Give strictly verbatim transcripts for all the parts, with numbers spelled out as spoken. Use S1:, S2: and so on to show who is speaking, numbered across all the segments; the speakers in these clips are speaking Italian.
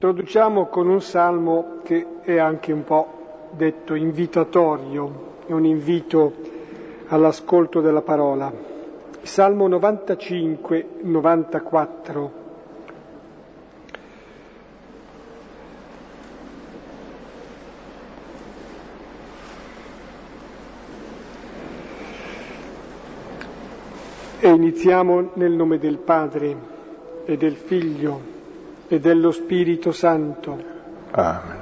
S1: Introduciamo con un salmo che è anche un po' detto invitatorio, è un invito all'ascolto della parola. Salmo novantacinque novantaquattro. E iniziamo nel nome del Padre e del Figlio e dello Spirito Santo.
S2: Amen.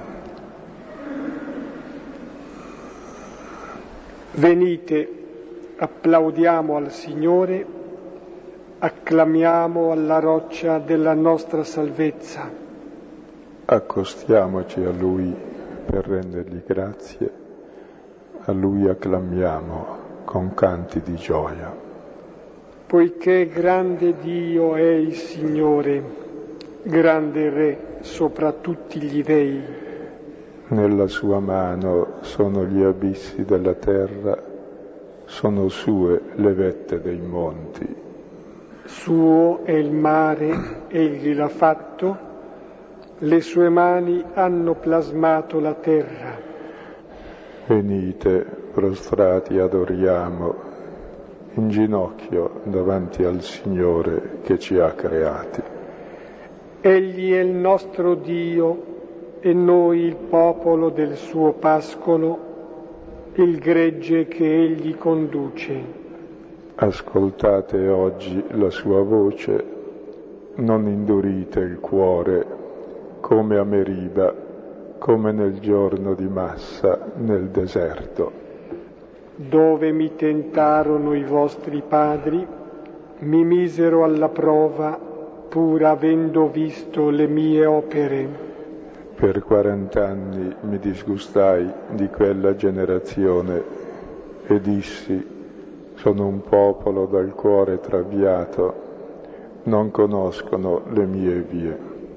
S1: Venite, applaudiamo al Signore, acclamiamo alla roccia della nostra salvezza.
S2: Accostiamoci a Lui per rendergli grazie, a Lui acclamiamo con canti di gioia.
S1: Poiché grande Dio è il Signore, grande Re sopra tutti gli dei.
S2: Nella sua mano sono gli abissi della terra, sono sue le vette dei monti.
S1: Suo è il mare, egli l'ha fatto, le sue mani hanno plasmato la terra.
S2: Venite, prostrati adoriamo, in ginocchio davanti al Signore che ci ha creati.
S1: Egli è il nostro Dio e noi il popolo del suo pascolo, il gregge che egli conduce.
S2: Ascoltate oggi la sua voce, non indurite il cuore come a Meriba, come nel giorno di Massa nel deserto.
S1: Dove mi tentarono i vostri padri, mi misero alla prova, pur avendo visto le mie opere.
S2: Per quarant'anni mi disgustai di quella generazione e dissi: sono un popolo dal cuore traviato, non conoscono le mie vie.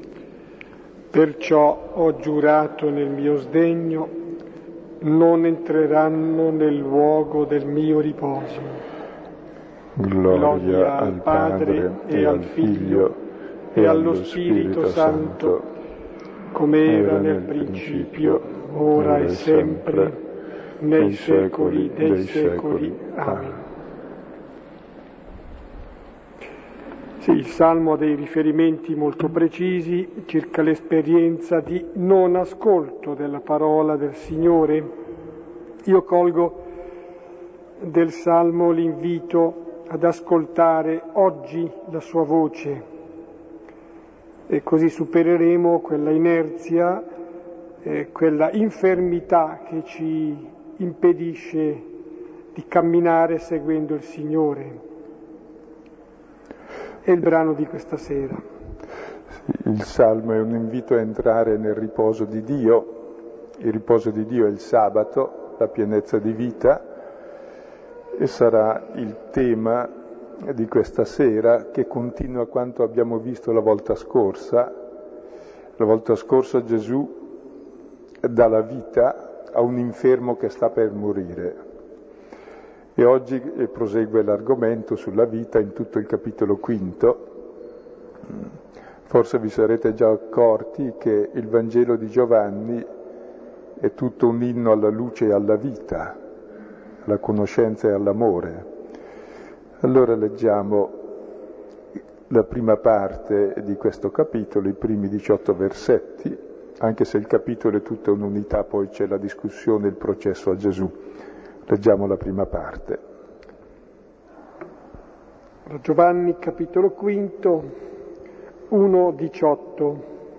S1: Perciò ho giurato nel mio sdegno, non entreranno nel luogo del mio riposo.
S2: Gloria,
S1: Gloria
S2: al Padre e al Figlio e allo Spirito Santo,
S1: come era nel principio, ora e sempre, nei secoli dei secoli. Amen. Sì, il Salmo ha dei riferimenti molto precisi circa l'esperienza di non ascolto della parola del Signore. Io colgo del Salmo l'invito ad ascoltare oggi la sua voce e così supereremo quella inerzia, eh, quella infermità che ci impedisce di camminare seguendo il Signore. È il brano di questa sera.
S2: Il Salmo è un invito a entrare nel riposo di Dio. Il riposo di Dio è il sabato, la pienezza di vita, e sarà il tema di questa sera, che continua quanto abbiamo visto la volta scorsa. La volta scorsa Gesù dà la vita a un infermo che sta per morire. E oggi prosegue l'argomento sulla vita in tutto il capitolo quinto. Forse vi sarete già accorti che il Vangelo di Giovanni è tutto un inno alla luce e alla vita, alla conoscenza e all'amore. Allora leggiamo la prima parte di questo capitolo, i primi diciotto versetti, anche se il capitolo è tutta un'unità, poi c'è la discussione e il processo a Gesù. Leggiamo la prima parte.
S1: Giovanni capitolo quinto, uno diciotto.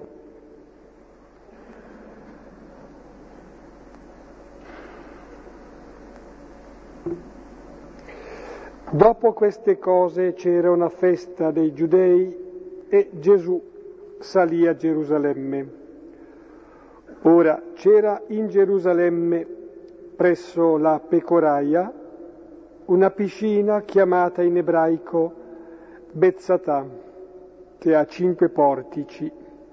S1: Dopo queste cose c'era una festa dei Giudei e Gesù salì a Gerusalemme. Ora c'era in Gerusalemme, presso la Pecoraia, una piscina chiamata in ebraico Betzatà, che ha cinque portici.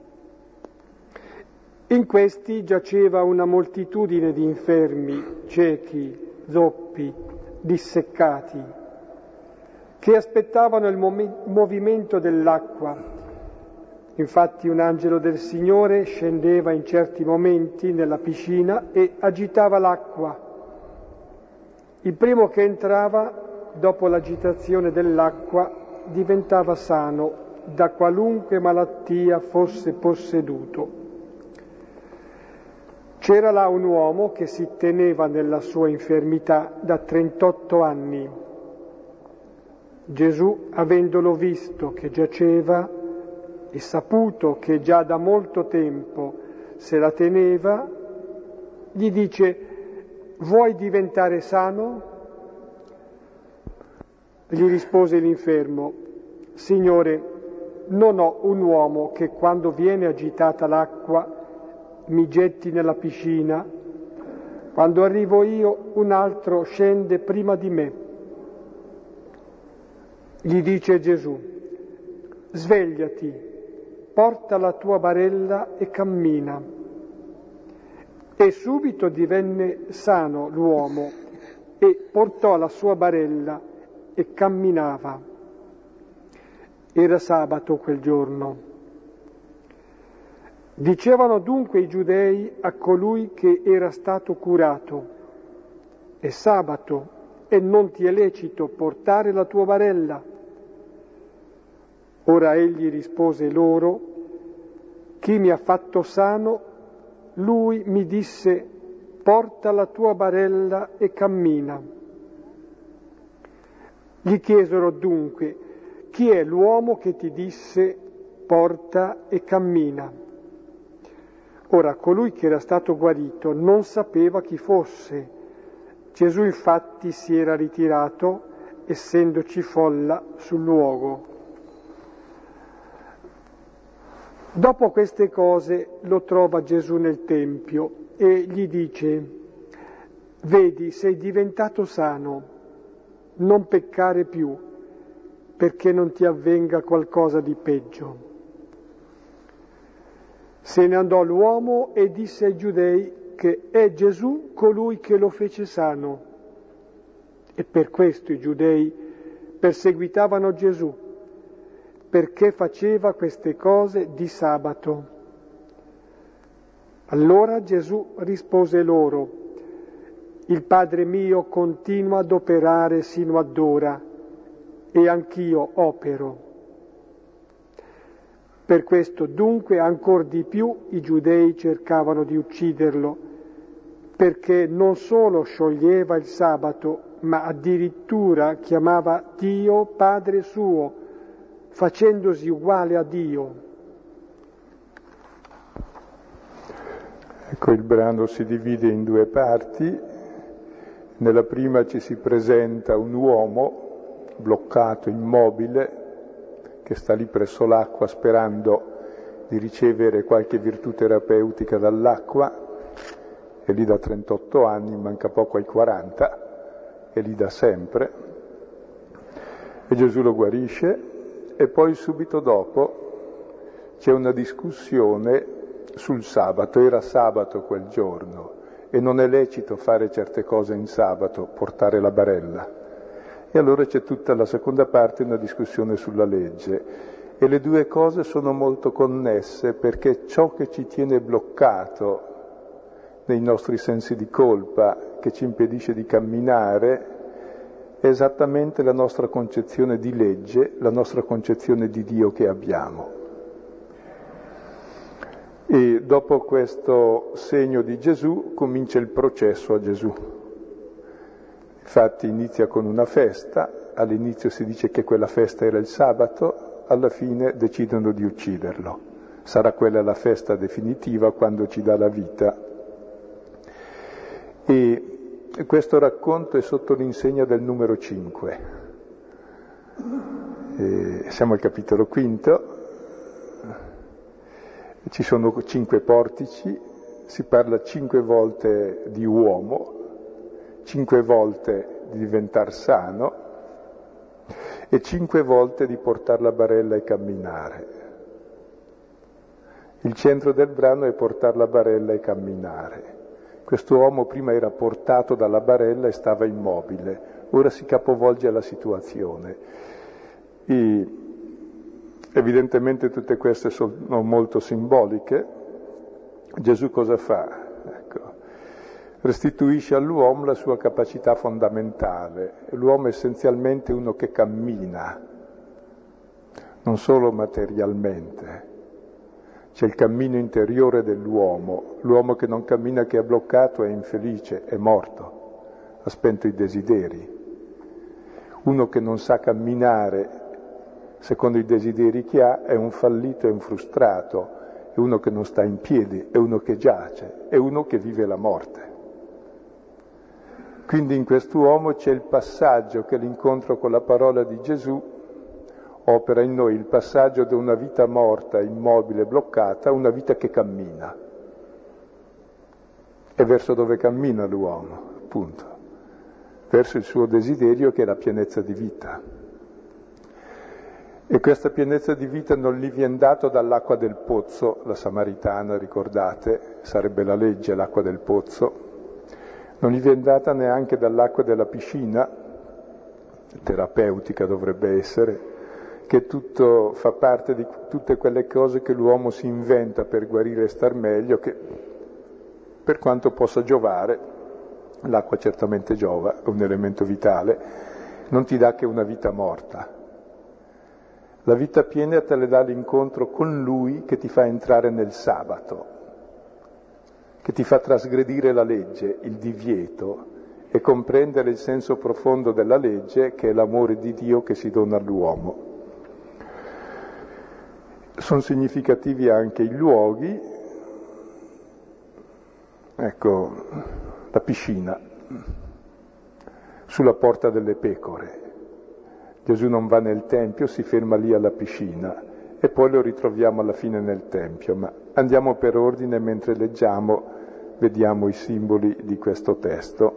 S1: In questi giaceva una moltitudine di infermi, ciechi, zoppi, disseccati, che aspettavano il mom- movimento dell'acqua Infatti un angelo del Signore scendeva in certi momenti nella piscina e agitava l'acqua. Il primo che entrava, dopo l'agitazione dell'acqua, diventava sano da qualunque malattia fosse posseduto. C'era là un uomo che si teneva nella sua infermità da trentotto anni. Gesù, avendolo visto che giaceva e saputo che già da molto tempo se la teneva, gli dice: vuoi diventare sano? Gli rispose l'infermo: Signore, non ho un uomo che quando viene agitata l'acqua mi getti nella piscina. Quando arrivo io, un altro scende prima di me. Gli dice Gesù: svegliati, porta la tua barella e cammina. E subito divenne sano l'uomo e portò la sua barella e camminava. Era sabato quel giorno. Dicevano dunque i giudei a colui che era stato curato: è sabato e non ti è lecito portare la tua barella. Ora egli rispose loro: chi mi ha fatto sano, lui mi disse: porta la tua barella e cammina. Gli chiesero dunque: chi è l'uomo che ti disse porta e cammina? Ora colui che era stato guarito non sapeva chi fosse. Gesù infatti si era ritirato, essendoci folla sul luogo. Dopo queste cose lo trova Gesù nel Tempio e gli dice: vedi, sei diventato sano, non peccare più, perché non ti avvenga qualcosa di peggio. Se ne andò l'uomo e disse ai giudei che è Gesù colui che lo fece sano. E per questo i giudei perseguitavano Gesù, perché faceva queste cose di sabato. Allora Gesù rispose loro: il Padre mio continua ad operare sino ad ora, e anch'io opero. Per questo dunque ancor di più i giudei cercavano di ucciderlo, perché non solo scioglieva il sabato, ma addirittura chiamava Dio Padre suo, facendosi uguale a Dio.
S2: Ecco, il brano si divide in due parti. Nella prima ci si presenta un uomo bloccato, immobile, che sta lì presso l'acqua sperando di ricevere qualche virtù terapeutica dall'acqua. È lì da trentotto anni, manca poco ai quaranta, è lì da sempre. E Gesù lo guarisce. E poi subito dopo c'è una discussione sul sabato. Era sabato quel giorno e non è lecito fare certe cose in sabato, portare la barella. E allora c'è tutta la seconda parte, una discussione sulla legge. E le due cose sono molto connesse, perché ciò che ci tiene bloccato nei nostri sensi di colpa, che ci impedisce di camminare, è esattamente la nostra concezione di legge, la nostra concezione di Dio che abbiamo. E dopo questo segno di Gesù comincia il processo a Gesù. Infatti inizia con una festa, all'inizio si dice che quella festa era il sabato, alla fine decidono di ucciderlo. Sarà quella la festa definitiva quando ci dà la vita. E questo racconto è sotto l'insegna del numero cinque. E siamo al capitolo quinto, ci sono cinque portici, si parla cinque volte di uomo, cinque volte di diventare sano e cinque volte di portare la barella e camminare. Il centro del brano è portare la barella e camminare. Questo uomo prima era portato dalla barella e stava immobile, ora si capovolge la situazione. E Evidentemente tutte queste sono molto simboliche. Gesù cosa fa? Ecco, restituisce all'uomo la sua capacità fondamentale. L'uomo è essenzialmente uno che cammina, non solo materialmente. C'è il cammino interiore dell'uomo. L'uomo che non cammina, che è bloccato, è infelice, è morto, ha spento i desideri. Uno che non sa camminare secondo i desideri che ha è un fallito, è un frustrato, è uno che non sta in piedi, è uno che giace, è uno che vive la morte. Quindi in quest'uomo c'è il passaggio che l'incontro con la parola di Gesù opera in noi, il passaggio da una vita morta, immobile, bloccata, a una vita che cammina. E verso dove cammina l'uomo, appunto? Verso il suo desiderio che è la pienezza di vita. E questa pienezza di vita non gli viene dato dall'acqua del pozzo, la Samaritana, ricordate, sarebbe la legge, l'acqua del pozzo, non gli viene data neanche dall'acqua della piscina, terapeutica dovrebbe essere, che tutto fa parte di tutte quelle cose che l'uomo si inventa per guarire e star meglio, che per quanto possa giovare, l'acqua certamente giova, è un elemento vitale, non ti dà che una vita morta. La vita piena te le dà l'incontro con Lui che ti fa entrare nel sabato, che ti fa trasgredire la legge, il divieto, e comprendere il senso profondo della legge, che è l'amore di Dio che si dona all'uomo. Sono significativi anche i luoghi, ecco, la piscina, sulla porta delle pecore. Gesù non va nel Tempio, si ferma lì alla piscina e poi lo ritroviamo alla fine nel Tempio, ma andiamo per ordine mentre leggiamo, vediamo i simboli di questo testo.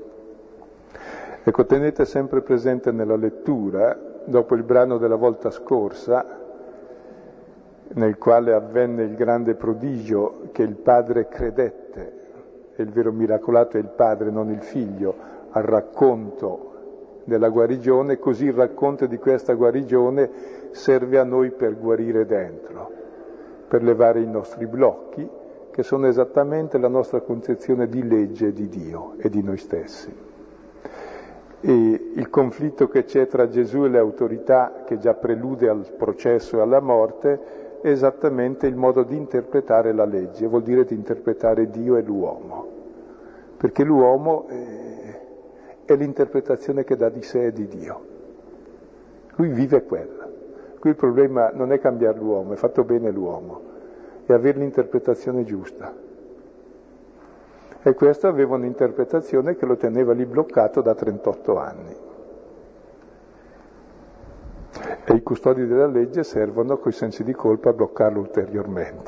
S2: Ecco, tenete sempre presente nella lettura, dopo il brano della volta scorsa, nel quale avvenne il grande prodigio che il padre credette, e il vero miracolato è il padre, non il figlio, al racconto della guarigione, così il racconto di questa guarigione serve a noi per guarire dentro, per levare i nostri blocchi, che sono esattamente la nostra concezione di legge di Dio e di noi stessi. E il conflitto che c'è tra Gesù e le autorità, che già prelude al processo e alla morte, è esattamente il modo di interpretare la legge, vuol dire di interpretare Dio e l'uomo, perché l'uomo è è l'interpretazione che dà di sé e di Dio. Lui vive quella. Qui il problema non è cambiare l'uomo, è fatto bene l'uomo, è avere l'interpretazione giusta. E questo aveva un'interpretazione che lo teneva lì bloccato da trentotto anni. E i custodi della legge servono coi sensi di colpa a bloccarlo ulteriormente.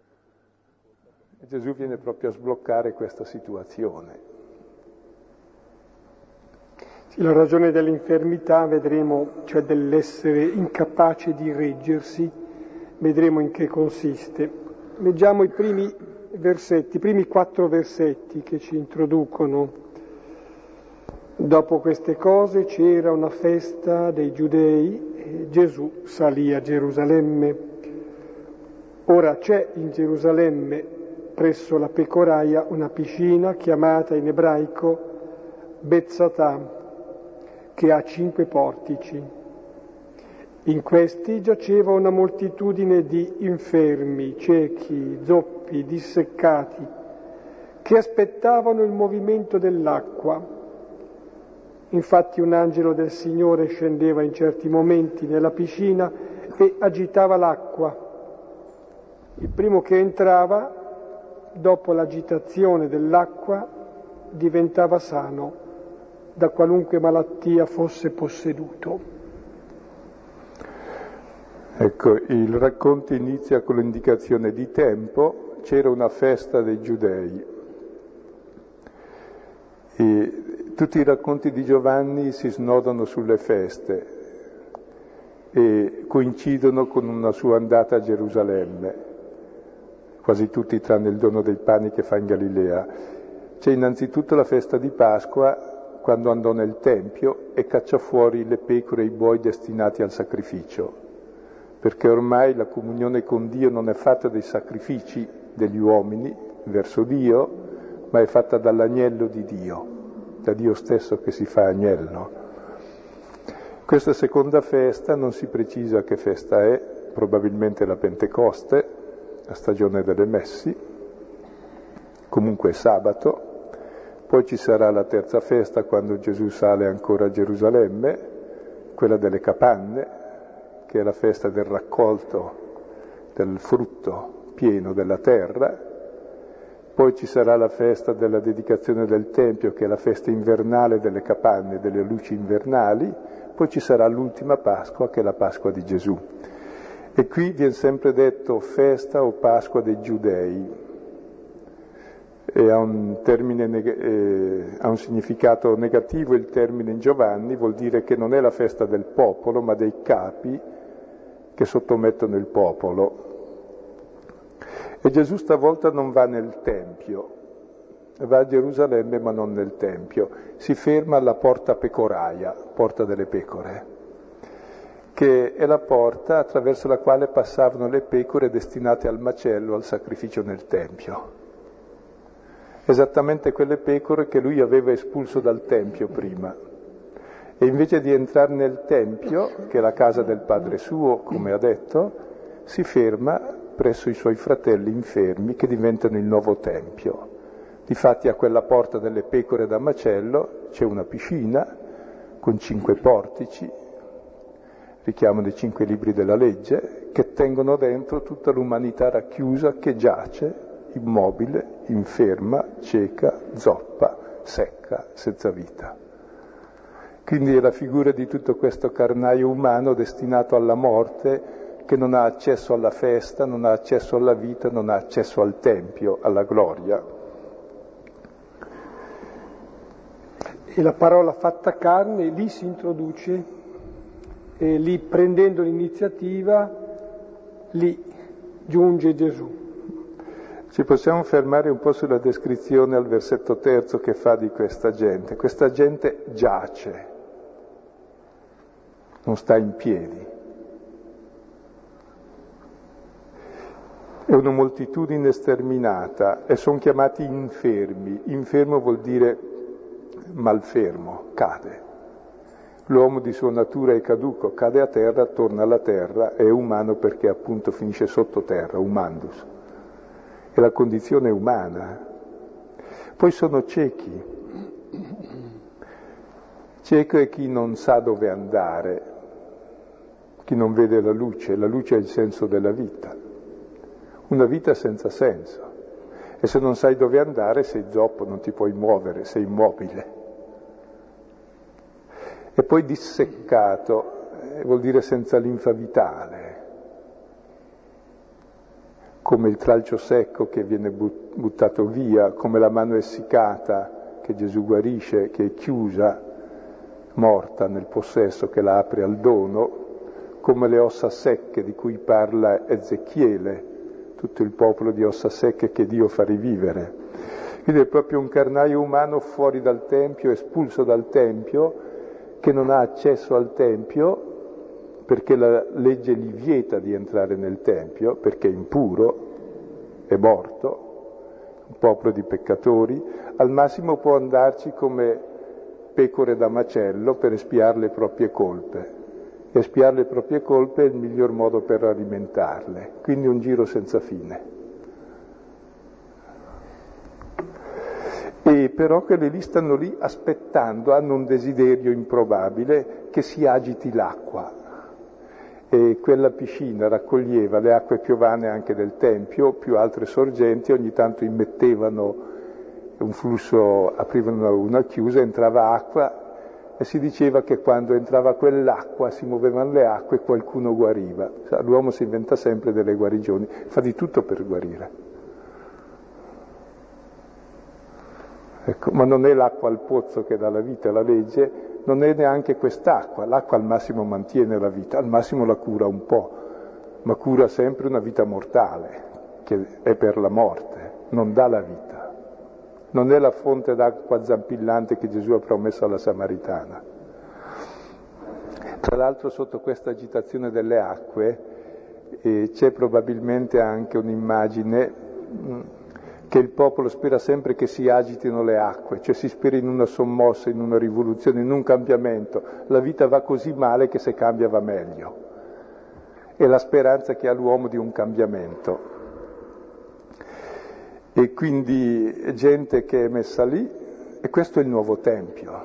S2: E Gesù viene proprio a sbloccare questa situazione.
S1: La ragione dell'infermità, vedremo, cioè dell'essere incapace di reggersi, vedremo in che consiste. Leggiamo i primi versetti, i primi quattro versetti che ci introducono. Dopo queste cose c'era una festa dei Giudei e Gesù salì a Gerusalemme. Ora c'è in Gerusalemme, presso la pecoraia, una piscina chiamata in ebraico Betzatà, che ha cinque portici. In questi giaceva una moltitudine di infermi, ciechi, zoppi, disseccati, che aspettavano il movimento dell'acqua. Infatti un angelo del Signore scendeva in certi momenti nella piscina e agitava l'acqua. Il primo che entrava, dopo l'agitazione dell'acqua, diventava sano, da qualunque malattia fosse posseduto.
S2: Ecco, il racconto inizia con l'indicazione di tempo. C'era una festa dei Giudei e tutti i racconti di Giovanni si snodano sulle feste e coincidono con una sua andata a Gerusalemme, quasi tutti tranne il dono dei pani che fa in Galilea. C'è innanzitutto la festa di Pasqua, quando andò nel Tempio e cacciò fuori le pecore e i buoi destinati al sacrificio, perché ormai la comunione con Dio non è fatta dai sacrifici degli uomini verso Dio, ma è fatta dall'agnello di Dio, da Dio stesso che si fa agnello. Questa seconda festa non si precisa che festa è, probabilmente la Pentecoste, la stagione delle messi, comunque è sabato. Poi ci sarà la terza festa quando Gesù sale ancora a Gerusalemme, quella delle capanne, che è la festa del raccolto del frutto pieno della terra. Poi ci sarà la festa della dedicazione del Tempio, che è la festa invernale delle capanne, delle luci invernali. Poi ci sarà l'ultima Pasqua, che è la Pasqua di Gesù. E qui viene sempre detto festa o Pasqua dei Giudei. E ha un termine neg- eh, ha un significato negativo il termine in Giovanni, vuol dire che non è la festa del popolo, ma dei capi che sottomettono il popolo. E Gesù stavolta non va nel Tempio, va a Gerusalemme ma non nel Tempio, si ferma alla porta pecoraia, porta delle pecore, che è la porta attraverso la quale passavano le pecore destinate al macello, al sacrificio nel Tempio. Esattamente quelle pecore che lui aveva espulso dal Tempio prima. E invece di entrare nel Tempio, che è la casa del Padre suo, come ha detto, si ferma presso i suoi fratelli infermi che diventano il nuovo Tempio. Difatti a quella porta delle pecore da macello c'è una piscina con cinque portici, richiamo dei cinque libri della legge, che tengono dentro tutta l'umanità racchiusa che giace immobile, inferma, cieca, zoppa, secca, senza vita. Quindi è la figura di tutto questo carnaio umano destinato alla morte, che non ha accesso alla festa, non ha accesso alla vita, non ha accesso al Tempio, alla gloria.
S1: E la parola fatta carne lì si introduce, e lì prendendo l'iniziativa, lì giunge Gesù.
S2: Ci possiamo fermare un po' sulla descrizione al versetto terzo che fa di questa gente. Questa gente giace, non sta in piedi. È una moltitudine sterminata e sono chiamati infermi. Infermo vuol dire malfermo, cade. L'uomo di sua natura è caduco, cade a terra, torna alla terra, è umano perché appunto finisce sottoterra, humandus. È la condizione umana. Poi sono ciechi. Cieco è chi non sa dove andare, chi non vede la luce. La luce è il senso della vita. Una vita senza senso. E se non sai dove andare sei zoppo, non ti puoi muovere, sei immobile. E poi disseccato, eh, vuol dire senza linfa vitale. Come il tralcio secco che viene buttato via, come la mano essiccata che Gesù guarisce, che è chiusa, morta nel possesso, che la apre al dono, come le ossa secche di cui parla Ezechiele, tutto il popolo di ossa secche che Dio fa rivivere. Quindi è proprio un carnaio umano fuori dal Tempio, espulso dal Tempio, che non ha accesso al Tempio, perché la legge gli vieta di entrare nel Tempio, perché è impuro, è morto, un popolo di peccatori, al massimo può andarci come pecore da macello per espiare le proprie colpe. Espiare le proprie colpe è il miglior modo per alimentarle, quindi un giro senza fine. E però quelli lì stanno lì aspettando, hanno un desiderio improbabile che si agiti l'acqua. E quella piscina raccoglieva le acque piovane anche del Tempio, più altre sorgenti, ogni tanto immettevano un flusso, aprivano una chiusa, entrava acqua e si diceva che quando entrava quell'acqua, si muovevano le acque e qualcuno guariva. L'uomo si inventa sempre delle guarigioni, fa di tutto per guarire. Ecco, ma non è l'acqua al pozzo che dà la vita e la legge, non è neanche quest'acqua. L'acqua al massimo mantiene la vita, al massimo la cura un po', ma cura sempre una vita mortale, che è per la morte, non dà la vita. Non è la fonte d'acqua zampillante che Gesù ha promesso alla Samaritana. Tra l'altro sotto questa agitazione delle acque e c'è probabilmente anche un'immagine che il popolo spera sempre che si agitino le acque, cioè si spera in una sommossa, in una rivoluzione, in un cambiamento. La vita va così male che se cambia va meglio. È la speranza che ha l'uomo di un cambiamento. E quindi gente che è messa lì, e questo è il nuovo Tempio.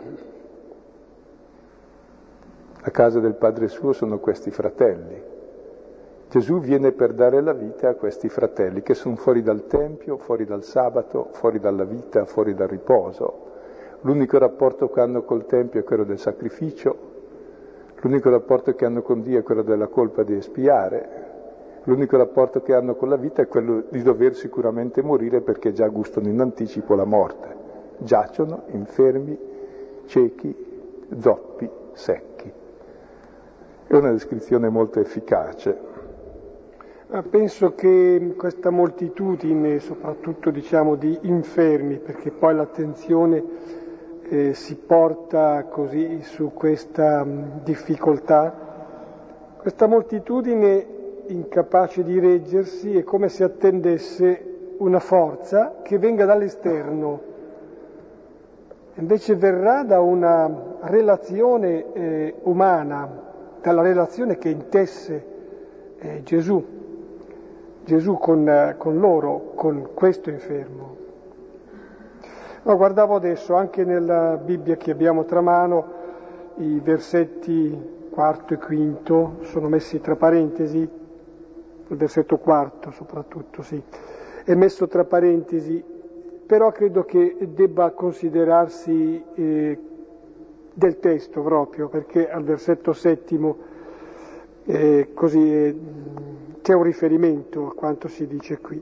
S2: La casa del Padre suo sono questi fratelli. Gesù viene per dare la vita a questi fratelli che sono fuori dal Tempio, fuori dal sabato, fuori dalla vita, fuori dal riposo. L'unico rapporto che hanno col Tempio è quello del sacrificio, l'unico rapporto che hanno con Dio è quello della colpa di espiare, l'unico rapporto che hanno con la vita è quello di dover sicuramente morire perché già gustano in anticipo la morte. Giacciono infermi, ciechi, zoppi, secchi. È una descrizione molto efficace.
S1: Penso che questa moltitudine, soprattutto diciamo di infermi, perché poi l'attenzione eh, si porta così su questa mh, difficoltà, questa moltitudine incapace di reggersi è come se attendesse una forza che venga dall'esterno, invece verrà da una relazione eh, umana, dalla relazione che intesse eh, Gesù. Gesù con, con loro, con questo infermo. No, guardavo adesso, anche nella Bibbia che abbiamo tra mano, i versetti quarto e quinto sono messi tra parentesi, il versetto quarto soprattutto, sì, è messo tra parentesi, però credo che debba considerarsi eh, del testo proprio, perché al versetto settimo eh, così... Eh, c'è un riferimento a quanto si dice qui.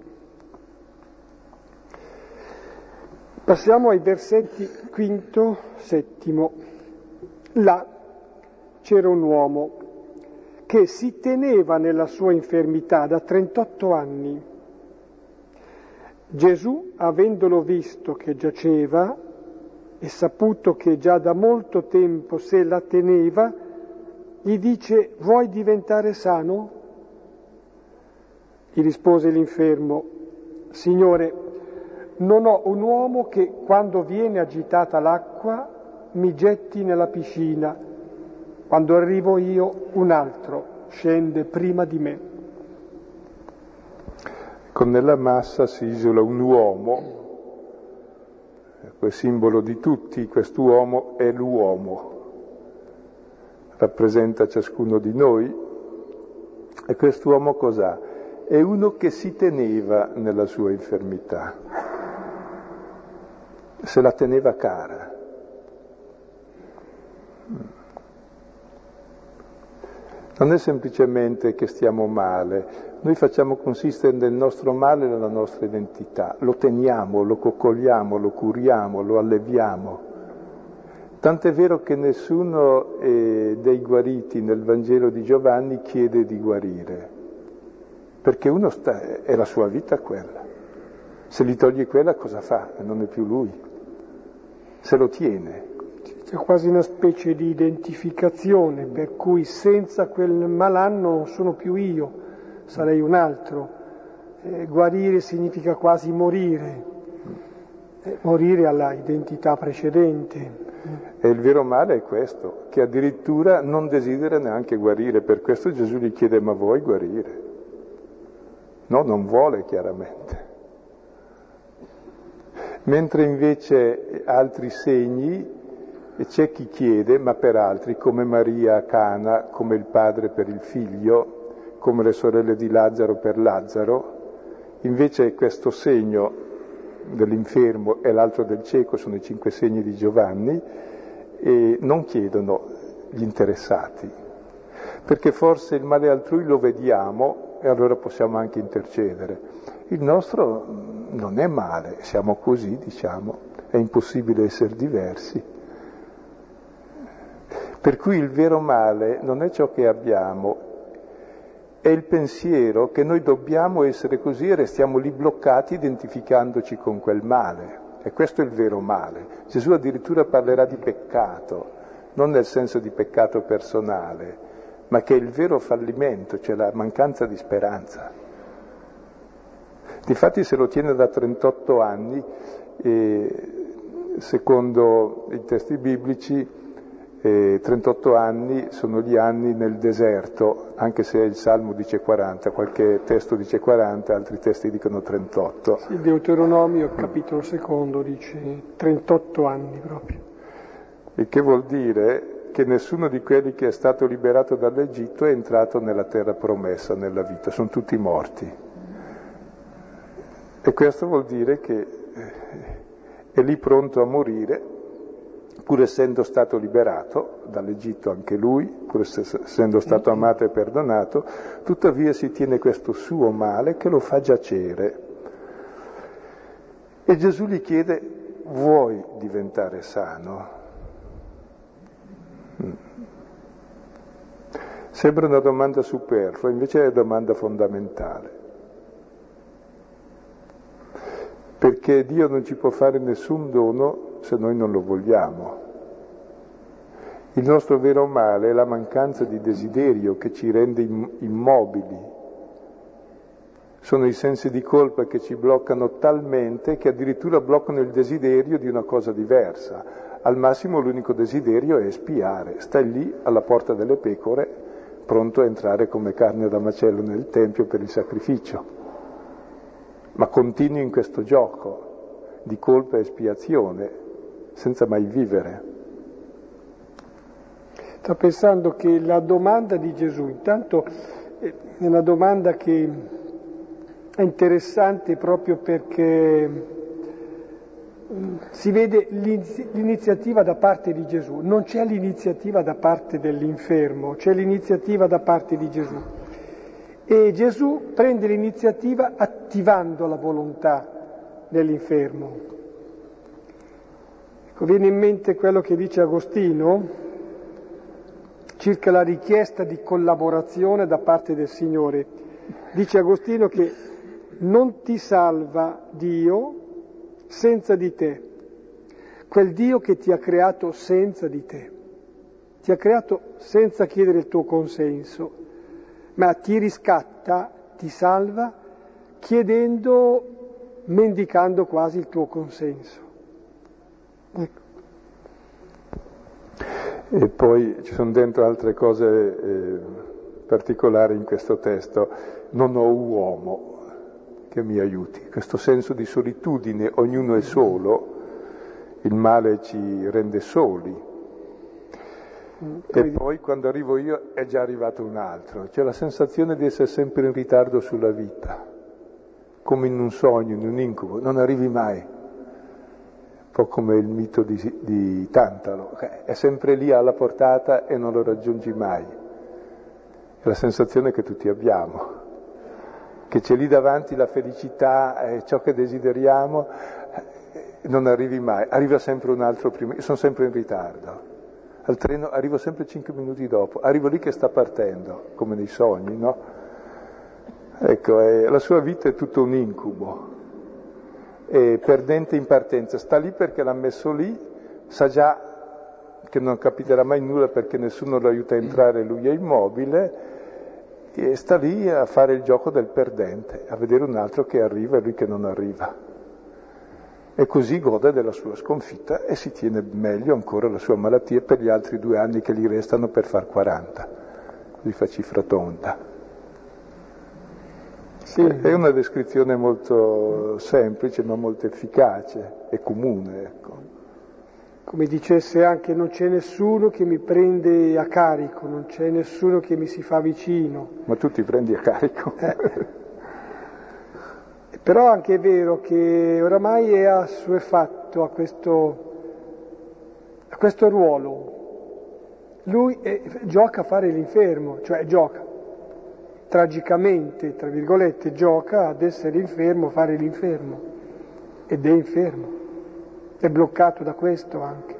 S1: Passiamo ai versetti quinto, settimo. Là c'era un uomo che si teneva nella sua infermità da trentotto anni. Gesù, avendolo visto che giaceva e saputo che già da molto tempo se la teneva, gli dice: vuoi diventare sano? Gli rispose l'infermo: Signore, non ho un uomo che, quando viene agitata l'acqua, mi getti nella piscina. Quando arrivo io, un altro scende prima di me.
S2: Con nella massa si isola un uomo, quel simbolo di tutti, quest'uomo è l'uomo, rappresenta ciascuno di noi. E quest'uomo cos'ha? È uno che si teneva nella sua infermità, se la teneva cara. Non è semplicemente che stiamo male, noi facciamo consistere nel nostro male nella nostra identità, lo teniamo, lo coccoliamo, lo curiamo, lo alleviamo. Tant'è vero che nessuno eh, dei guariti nel Vangelo di Giovanni chiede di guarire. Perché uno sta, è la sua vita quella. Se gli togli quella cosa fa? Non è più lui. Se lo tiene.
S1: C'è quasi una specie di identificazione, per cui senza quel malanno non sono più io, sarei un altro. Eh, guarire significa quasi morire. Eh, morire alla identità precedente.
S2: E il vero male è questo, che addirittura non desidera neanche guarire. Per questo Gesù gli chiede: ma vuoi guarire? No, non vuole chiaramente. Mentre invece altri segni, c'è chi chiede, ma per altri, come Maria a Cana, come il padre per il figlio, come le sorelle di Lazzaro per Lazzaro, invece questo segno dell'infermo e l'altro del cieco sono i cinque segni di Giovanni, e non chiedono gli interessati, perché forse il male altrui lo vediamo e allora possiamo anche intercedere. Il nostro non è male, siamo così, diciamo, è impossibile essere diversi. Per cui il vero male non è ciò che abbiamo, è il pensiero che noi dobbiamo essere così e restiamo lì bloccati identificandoci con quel male. E questo è il vero male. Gesù addirittura parlerà di peccato, non nel senso di peccato personale, ma che è il vero fallimento, cioè la mancanza di speranza. Difatti se lo tiene da trentotto anni, e secondo i testi biblici, eh, trentotto anni sono gli anni nel deserto, anche se il Salmo dice quaranta, qualche testo dice quaranta, altri testi dicono trentotto.
S1: Sì, il Deuteronomio, capitolo secondo, dice trentotto anni proprio.
S2: Il che vuol dire che nessuno di quelli che è stato liberato dall'Egitto è entrato nella terra promessa, nella vita, sono tutti morti. E questo vuol dire che è lì pronto a morire, pur essendo stato liberato dall'Egitto anche lui, pur essendo stato amato e perdonato, tuttavia si tiene questo suo male che lo fa giacere. E Gesù gli chiede: vuoi diventare sano? Mm. Sembra una domanda superflua, invece è una domanda fondamentale. Perché Dio non ci può fare nessun dono se noi non lo vogliamo. Il nostro vero male è la mancanza di desiderio che ci rende immobili. Sono i sensi di colpa che ci bloccano talmente che addirittura bloccano il desiderio di una cosa diversa. Al massimo l'unico desiderio è espiare. Stai lì alla porta delle pecore, pronto a entrare come carne da macello nel tempio per il sacrificio. Ma continui in questo gioco di colpa e espiazione, senza mai vivere.
S1: Sto pensando che la domanda di Gesù, intanto è una domanda che è interessante proprio perché si vede l'iniziativa da parte di Gesù, non c'è l'iniziativa da parte dell'infermo, c'è l'iniziativa da parte di Gesù. E Gesù prende l'iniziativa attivando la volontà dell'infermo. Ecco, viene in mente quello che dice Agostino circa la richiesta di collaborazione da parte del Signore. Dice Agostino che non ti salva Dio senza di te, quel Dio che ti ha creato senza di te, ti ha creato senza chiedere il tuo consenso, ma ti riscatta, ti salva, chiedendo, mendicando quasi il tuo consenso. Ecco.
S2: E poi ci sono dentro altre cose eh, particolari in questo testo. Non ho uomo che mi aiuti. Questo senso di solitudine, ognuno è solo, il male ci rende soli. E poi quando arrivo io è già arrivato un altro, c'è la sensazione di essere sempre in ritardo sulla vita, come in un sogno, in un incubo, non arrivi mai, un po' come il mito di, di Tantalo, è sempre lì alla portata e non lo raggiungi mai, è la sensazione che tutti abbiamo, che c'è lì davanti la felicità, è ciò che desideriamo, non arrivi mai, arriva sempre un altro prima, io sono sempre in ritardo. Al treno arrivo sempre cinque minuti dopo, arrivo lì che sta partendo, come nei sogni, no? Ecco, eh, la sua vita è tutto un incubo, è perdente in partenza, sta lì perché l'ha messo lì, sa già che non capiterà mai nulla perché nessuno lo aiuta a entrare, lui è immobile, e sta lì a fare il gioco del perdente, a vedere un altro che arriva e lui che non arriva. E così gode della sua sconfitta e si tiene meglio ancora la sua malattia per gli altri due anni che gli restano per far quaranta. Lui fa cifra tonda. Sì. È una descrizione molto semplice ma molto efficace e comune, ecco.
S1: Come dicesse anche: non c'è nessuno che mi prende a carico, non c'è nessuno che mi si fa vicino.
S2: Ma tu ti prendi a carico.
S1: Eh. Però anche è vero che oramai è assuefatto a questo, a questo ruolo. Lui è, gioca a fare l'infermo, cioè gioca, tragicamente, tra virgolette, gioca ad essere infermo, fare l'infermo. Ed è infermo, è bloccato da questo anche.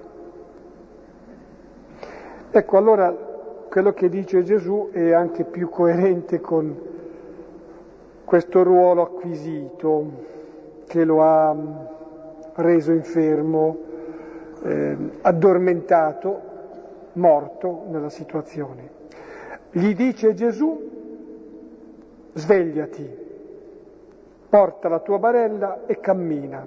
S1: Ecco, allora quello che dice Gesù è anche più coerente con questo ruolo acquisito che lo ha reso infermo, eh, addormentato, morto nella situazione. Gli dice Gesù: svegliati, porta la tua barella e cammina.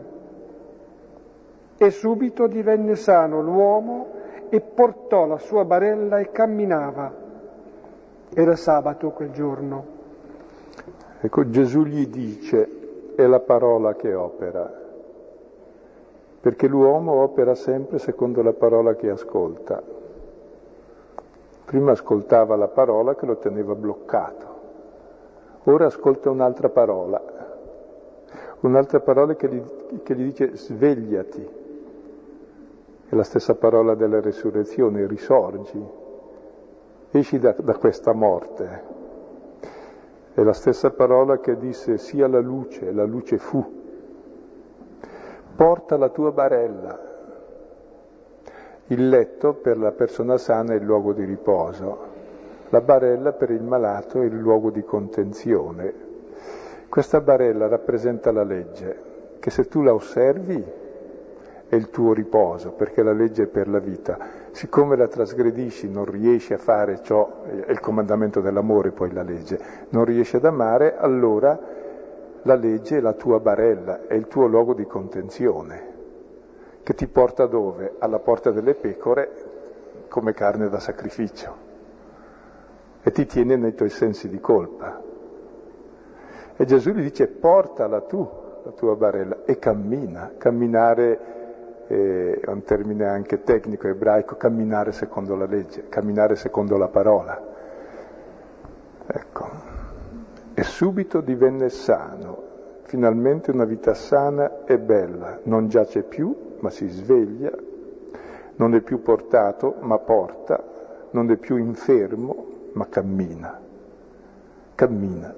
S1: E subito divenne sano l'uomo e portò la sua barella e camminava. Era sabato quel giorno.
S2: Ecco, Gesù gli dice: è la parola che opera, perché l'uomo opera sempre secondo la parola che ascolta. Prima ascoltava la parola che lo teneva bloccato, ora ascolta un'altra parola, un'altra parola che gli, che gli dice svegliati. È la stessa parola della resurrezione, risorgi, esci da, da questa morte. È la stessa parola che disse sia la luce, la luce fu. Porta la tua barella. Il letto per la persona sana è il luogo di riposo, la barella per il malato è il luogo di contenzione. Questa barella rappresenta la legge, che se tu la osservi è il tuo riposo, perché la legge è per la vita. Siccome la trasgredisci, non riesci a fare ciò, è il comandamento dell'amore poi la legge, non riesci ad amare, allora la legge è la tua barella, è il tuo luogo di contenzione, che ti porta dove? Alla porta delle pecore come carne da sacrificio e ti tiene nei tuoi sensi di colpa. E Gesù gli dice: portala tu, la tua barella, e cammina. Camminare è un termine anche tecnico ebraico, camminare secondo la legge, camminare secondo la parola. Ecco. E subito divenne sano. Finalmente una vita sana e bella, non giace più, ma si sveglia, non è più portato, ma porta, non è più infermo, ma cammina. Cammina.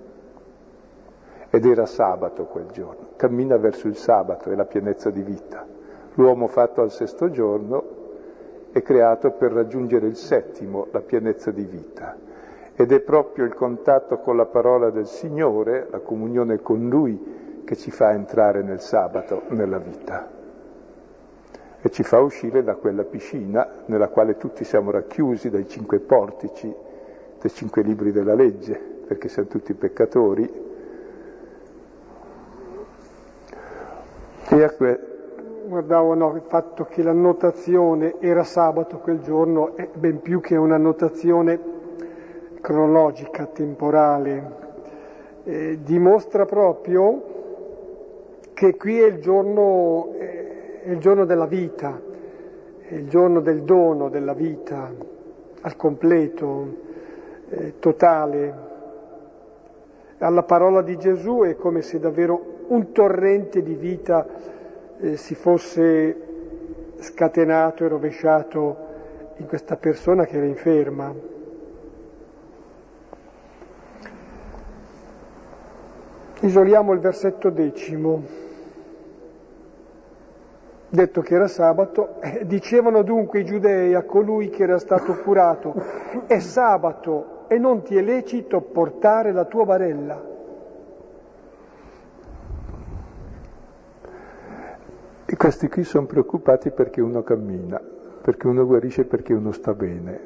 S2: Ed era sabato quel giorno, cammina verso il sabato, è la pienezza di vita. L'uomo fatto al sesto giorno è creato per raggiungere il settimo, la pienezza di vita. Ed è proprio il contatto con la parola del Signore, la comunione con Lui, che ci fa entrare nel sabato, nella vita. E ci fa uscire da quella piscina nella quale tutti siamo racchiusi dai cinque portici, dai cinque libri della legge, perché siamo tutti peccatori. E a que-
S1: Guardavo no, il fatto che l'annotazione era sabato quel giorno è ben più che un'annotazione cronologica, temporale, eh, dimostra proprio che qui è il giorno, eh, è il giorno della vita, è il giorno del dono della vita al completo, eh, totale. Alla parola di Gesù è come se davvero un torrente di vita eh, si fosse scatenato e rovesciato in questa persona che era inferma. Isoliamo il versetto decimo. Detto che era sabato, eh, dicevano dunque i giudei a colui che era stato curato: è sabato e non ti è lecito portare la tua barella.
S2: E questi qui sono preoccupati perché uno cammina, perché uno guarisce, perché uno sta bene.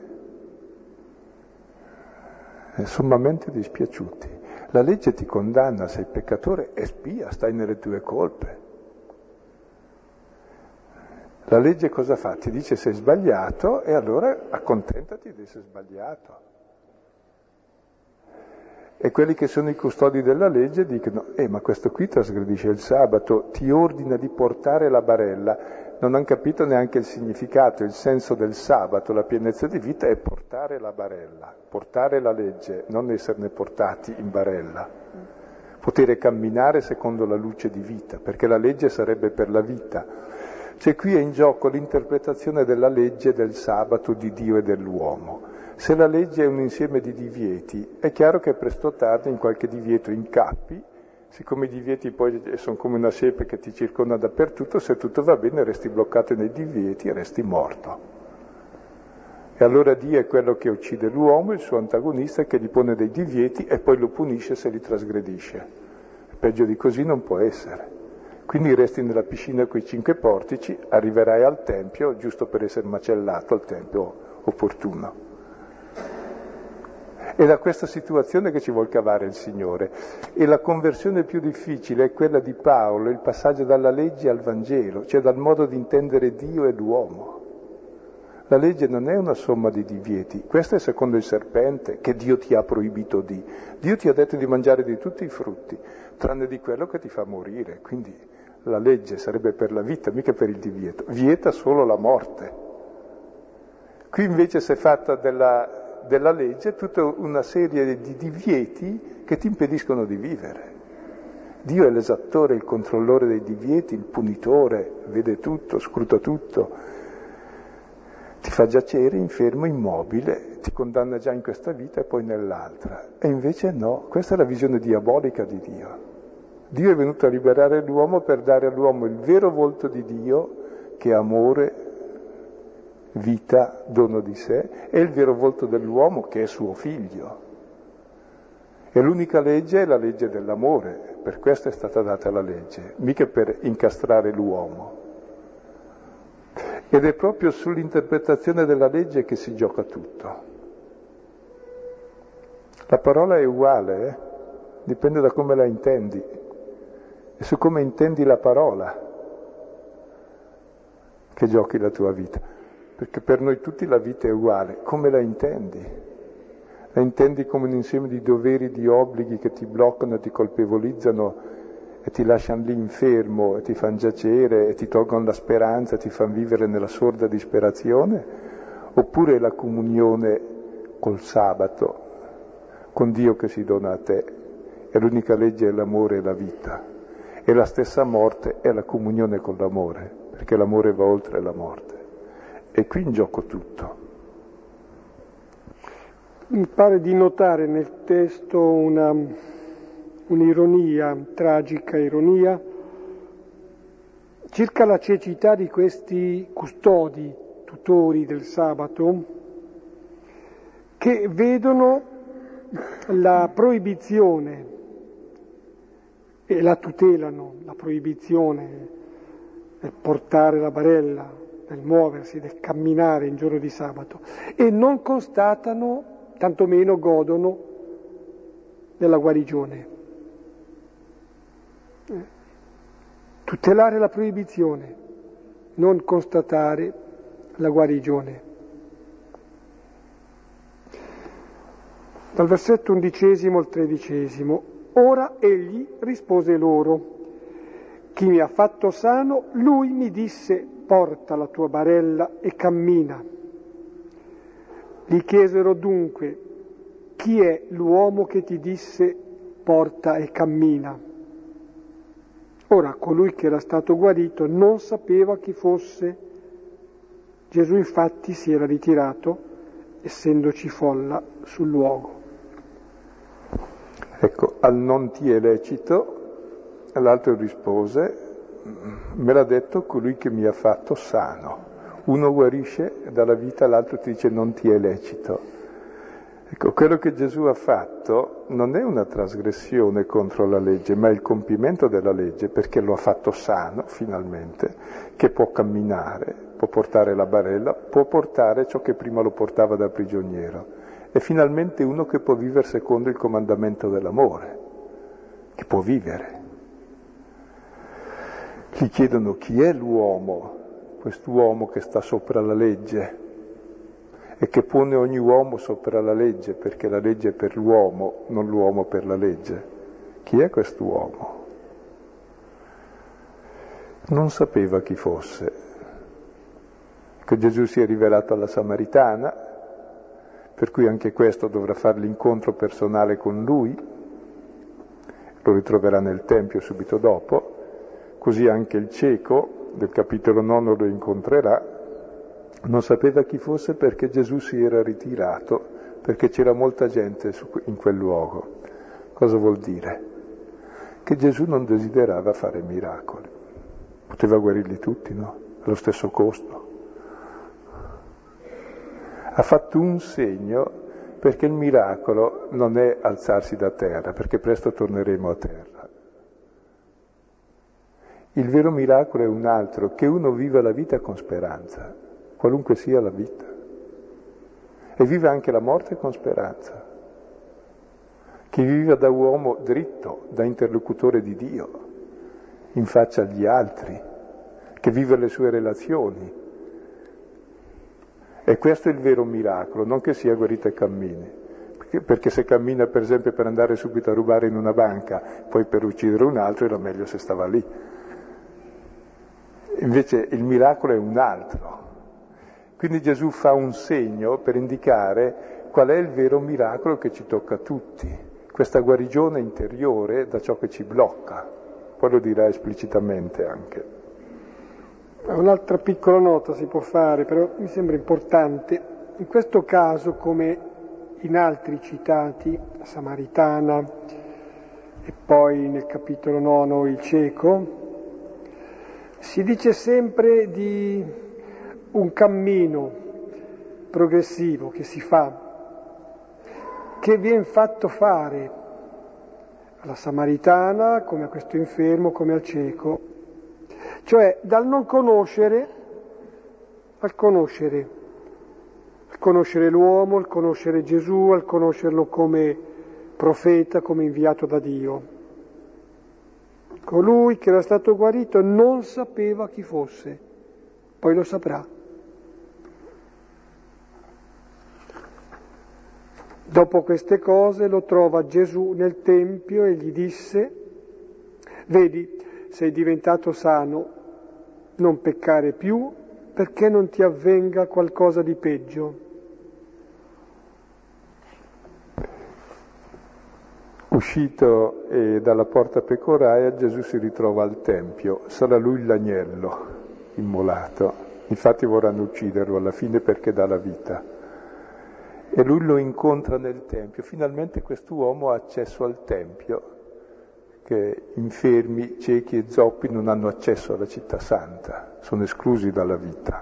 S2: E sommamente dispiaciuti. La legge ti condanna, sei peccatore e spia, stai nelle tue colpe. La legge cosa fa? Ti dice sei sbagliato e allora accontentati di essere sbagliato. E quelli che sono i custodi della legge dicono: eh, ma questo qui trasgredisce il sabato, ti ordina di portare la barella. Non hanno capito neanche il significato, il senso del sabato, la pienezza di vita è portare la barella, portare la legge, non esserne portati in barella. Poter camminare secondo la luce di vita, perché la legge sarebbe per la vita. Cioè qui è in gioco l'interpretazione della legge del sabato di Dio e dell'uomo. Se la legge è un insieme di divieti, è chiaro che presto o tardi in qualche divieto incappi. Siccome i divieti poi sono come una siepe che ti circonda dappertutto, se tutto va bene resti bloccato nei divieti e resti morto. E allora Dio è quello che uccide l'uomo, il suo antagonista, che gli pone dei divieti e poi lo punisce se li trasgredisce. Peggio di così non può essere. Quindi resti nella piscina con i cinque portici, arriverai al Tempio, giusto per essere macellato al Tempio opportuno. È da questa situazione che ci vuol cavare il Signore. E la conversione più difficile è quella di Paolo, il passaggio dalla legge al Vangelo, cioè dal modo di intendere Dio e l'uomo. La legge non è una somma di divieti, questo è secondo il serpente, che Dio ti ha proibito di. Dio ti ha detto di mangiare di tutti i frutti, tranne di quello che ti fa morire. Quindi la legge sarebbe per la vita, mica per il divieto. Vieta solo la morte. Qui invece si è fatta della, della legge tutta una serie di divieti che ti impediscono di vivere. Dio è l'esattore, il controllore dei divieti, il punitore, vede tutto, scruta tutto. Ti fa giacere infermo, immobile, ti condanna già in questa vita e poi nell'altra. E invece no, questa è la visione diabolica di Dio. Dio è venuto a liberare l'uomo per dare all'uomo il vero volto di Dio, che è amore, vita, dono di sé, e il vero volto dell'uomo, che è suo figlio. E l'unica legge è la legge dell'amore, per questo è stata data la legge, mica per incastrare l'uomo. Ed è proprio sull'interpretazione della legge che si gioca tutto. La parola è uguale, eh? Dipende da come la intendi. E su come intendi la parola che giochi la tua vita. Perché per noi tutti la vita è uguale. Come la intendi? La intendi come un insieme di doveri, di obblighi che ti bloccano e ti colpevolizzano e ti lasciano lì infermo e ti fanno giacere e ti tolgono la speranza e ti fanno vivere nella sorda disperazione, oppure la comunione col sabato, con Dio che si dona a te, e l'unica legge è l'amore e la vita, e la stessa morte è la comunione con l'amore, perché l'amore va oltre la morte. E qui in gioco tutto.
S1: Mi pare di notare nel testo una, un'ironia, tragica ironia, circa la cecità di questi custodi, tutori del sabato, che vedono la proibizione e la tutelano, la proibizione del portare la barella, del muoversi, del camminare in giorno di sabato, e non constatano, tantomeno godono della guarigione. Tutelare la proibizione, non constatare la guarigione. Dal versetto undicesimo al tredicesimo. Ora egli rispose loro: chi mi ha fatto sano, lui mi disse: porta la tua barella e cammina. Gli chiesero dunque: chi è l'uomo che ti disse porta e cammina? Ora colui che era stato guarito non sapeva chi fosse. Gesù infatti si era ritirato, essendoci folla sul luogo.
S2: Ecco, al non ti è lecito, l'altro rispose: me l'ha detto colui che mi ha fatto sano. Uno guarisce dalla vita, l'altro ti dice non ti è lecito. Ecco, quello che Gesù ha fatto non è una trasgressione contro la legge, ma è il compimento della legge, perché lo ha fatto sano, finalmente, che può camminare, può portare la barella, può portare ciò che prima lo portava da prigioniero. È finalmente uno che può vivere secondo il comandamento dell'amore, che può vivere. Gli chiedono chi è l'uomo, quest'uomo che sta sopra la legge e che pone ogni uomo sopra la legge, perché la legge è per l'uomo, non l'uomo per la legge. Chi è quest'uomo? Non sapeva chi fosse. Che Gesù si è rivelato alla Samaritana, per cui anche questo dovrà fare l'incontro personale con lui, lo ritroverà nel Tempio subito dopo, così anche il cieco del capitolo nono lo incontrerà. Non sapeva chi fosse perché Gesù si era ritirato, perché c'era molta gente in quel luogo. Cosa vuol dire? Che Gesù non desiderava fare miracoli. Poteva guarirli tutti, no? Allo stesso costo. Ha fatto un segno perché il miracolo non è alzarsi da terra, perché presto torneremo a terra. Il vero miracolo è un altro, che uno viva la vita con speranza, qualunque sia la vita, e vive anche la morte con speranza. che viva da uomo dritto, da interlocutore di Dio, in faccia agli altri, che vive le sue relazioni. E questo è il vero miracolo, non che sia guarito e cammini. Perché, perché se cammina per esempio per andare subito a rubare in una banca, poi per uccidere un altro era meglio se stava lì. Invece il miracolo è un altro. Quindi Gesù fa un segno per indicare qual è il vero miracolo che ci tocca a tutti, questa guarigione interiore da ciò che ci blocca. Poi lo dirà esplicitamente anche.
S1: Un'altra piccola nota si può fare, però mi sembra importante. In questo caso, come in altri citati, la Samaritana e poi nel capitolo nono il cieco, si dice sempre di un cammino progressivo che si fa, che viene fatto fare alla Samaritana, come a questo infermo, come al cieco, cioè dal non conoscere al conoscere, al conoscere l'uomo, al conoscere Gesù, al conoscerlo come profeta, come inviato da Dio. Colui che era stato guarito non sapeva chi fosse, poi lo saprà. Dopo queste cose lo trova Gesù nel Tempio e gli disse: vedi, sei diventato sano, non peccare più perché non ti avvenga qualcosa di peggio.
S2: Uscito eh, dalla porta pecoraia, Gesù si ritrova al Tempio, sarà lui l'agnello immolato. Infatti vorranno ucciderlo alla fine perché dà la vita. E lui lo incontra nel Tempio. Finalmente quest'uomo ha accesso al Tempio, che infermi, ciechi e zoppi non hanno accesso alla città santa, sono esclusi dalla vita.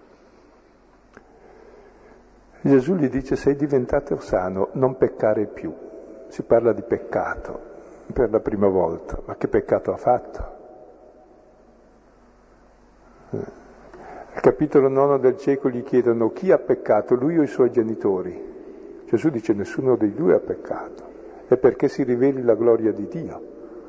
S2: Gesù gli dice: sei diventato sano, non peccare più. Si parla di peccato per la prima volta, ma che peccato ha fatto? Al capitolo nono del cieco gli chiedono: chi ha peccato, lui o i suoi genitori? Gesù dice: nessuno dei due ha peccato, è perché si riveli la gloria di Dio.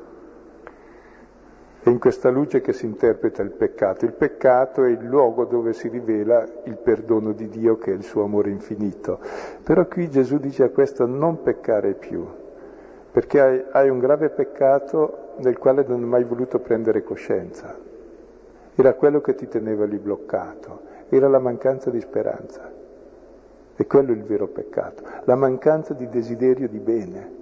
S2: È in questa luce che si interpreta il peccato. Il peccato è il luogo dove si rivela il perdono di Dio, che è il suo amore infinito. Però qui Gesù dice a questo: non peccare più, perché hai, hai un grave peccato del quale non hai mai voluto prendere coscienza. Era quello che ti teneva lì bloccato, era la mancanza di speranza. E quello è il vero peccato, la mancanza di desiderio di bene.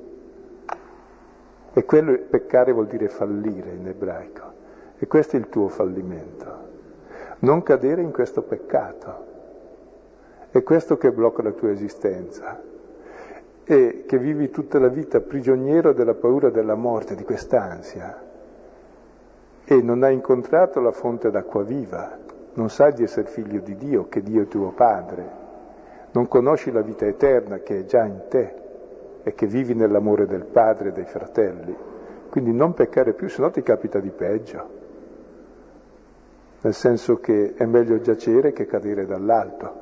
S2: E quello, peccare vuol dire fallire in ebraico. E questo è il tuo fallimento. Non cadere in questo peccato. È questo che blocca la tua esistenza. E che vivi tutta la vita prigioniero della paura della morte, di quest'ansia. E non hai incontrato la fonte d'acqua viva. Non sai di essere figlio di Dio, che Dio è tuo Padre. Non conosci la vita eterna che è già in te. E che vivi nell'amore del padre e dei fratelli. Quindi non peccare più, se no ti capita di peggio. Nel senso che è meglio giacere che cadere dall'alto.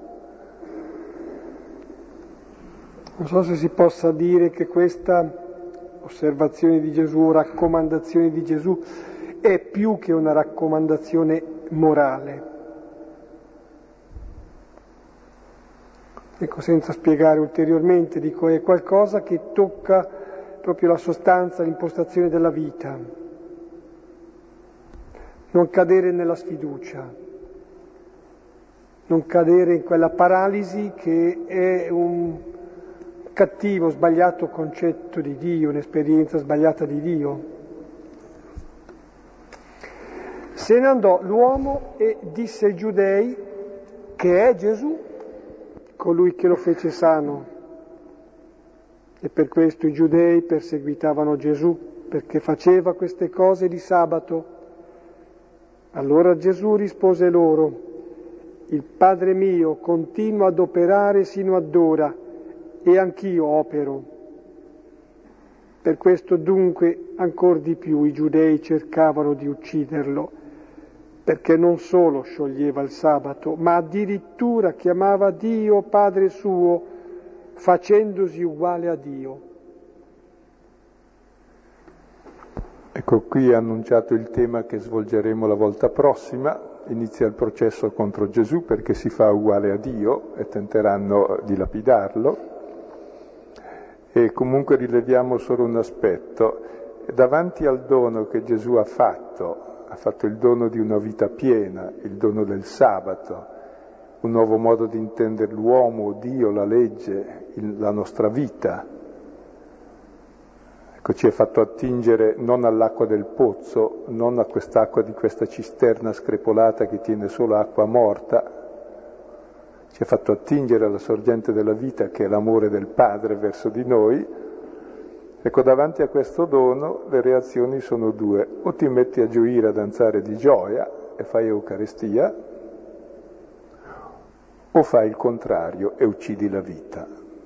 S1: Non so se si possa dire che questa osservazione di Gesù, raccomandazione di Gesù, è più che una raccomandazione morale. Ecco, senza spiegare ulteriormente, dico, è qualcosa che tocca proprio la sostanza, l'impostazione della vita. Non cadere nella sfiducia, non cadere in quella paralisi che è un cattivo, sbagliato concetto di Dio, un'esperienza sbagliata di Dio. Se ne andò l'uomo e disse ai giudei che è Gesù colui che lo fece sano. E per questo i giudei perseguitavano Gesù, perché faceva queste cose di sabato. Allora Gesù rispose loro: il Padre mio continua ad operare sino ad ora, e anch'io opero. Per questo dunque ancor di più i giudei cercavano di ucciderlo, perché non solo scioglieva il sabato, ma addirittura chiamava Dio Padre suo, facendosi uguale a Dio.
S2: Ecco, qui è annunciato il tema che svolgeremo la volta prossima. Inizia il processo contro Gesù perché si fa uguale a Dio e tenteranno di lapidarlo. E comunque rileviamo solo un aspetto. Davanti al dono che Gesù ha fatto, ha fatto il dono di una vita piena, il dono del sabato, un nuovo modo di intendere l'uomo, Dio, la legge, il, la nostra vita. Ecco, ci è fatto attingere non all'acqua del pozzo, non a quest'acqua di questa cisterna screpolata che tiene solo acqua morta, ci ha fatto attingere alla sorgente della vita che è l'amore del Padre verso di noi. Ecco, davanti a questo dono le reazioni sono due: o ti metti a gioire, a danzare di gioia e fai Eucaristia, o fai il contrario e uccidi la vita.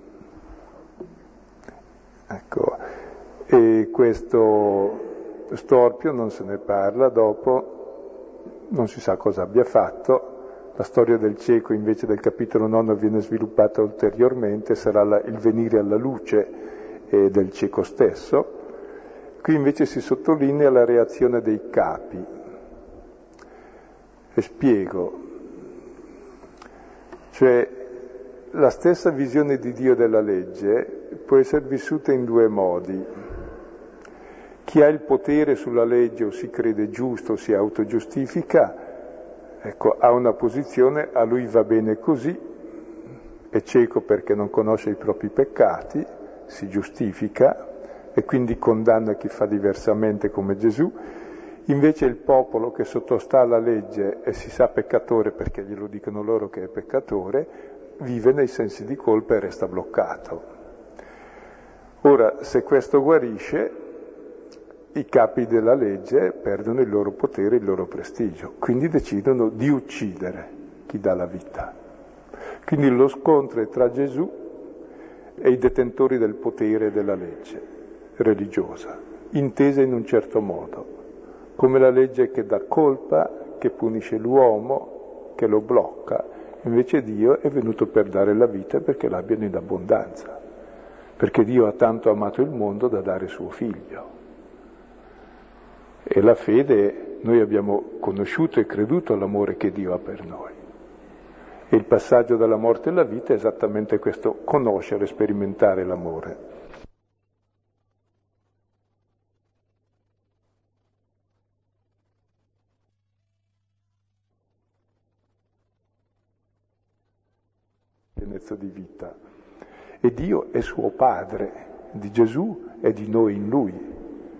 S2: Ecco, e questo storpio non se ne parla, dopo non si sa cosa abbia fatto. La storia del cieco invece del capitolo nono viene sviluppata ulteriormente, sarà la, il venire alla luce eh, del cieco stesso. Qui invece si sottolinea la reazione dei capi. E spiego. Cioè, la stessa visione di Dio della legge può essere vissuta in due modi. Chi ha il potere sulla legge o si crede giusto o si autogiustifica, ecco, ha una posizione, a lui va bene così, è cieco perché non conosce i propri peccati, si giustifica e quindi condanna chi fa diversamente come Gesù. Invece il popolo che sottostà alla legge e si sa peccatore perché glielo dicono loro che è peccatore, vive nei sensi di colpa e resta bloccato. Ora, se questo guarisce, i capi della legge perdono il loro potere, il loro prestigio, quindi decidono di uccidere chi dà la vita. Quindi lo scontro è tra Gesù e i detentori del potere della legge religiosa, intesa in un certo modo, come la legge che dà colpa, che punisce l'uomo, che lo blocca. Invece Dio è venuto per dare la vita perché l'abbiano in abbondanza, perché Dio ha tanto amato il mondo da dare suo figlio. E la fede, noi abbiamo conosciuto e creduto all'amore che Dio ha per noi. E il passaggio dalla morte alla vita è esattamente questo: conoscere, sperimentare l'amore. Pienezza di vita. E Dio è suo Padre, di Gesù e di noi in Lui.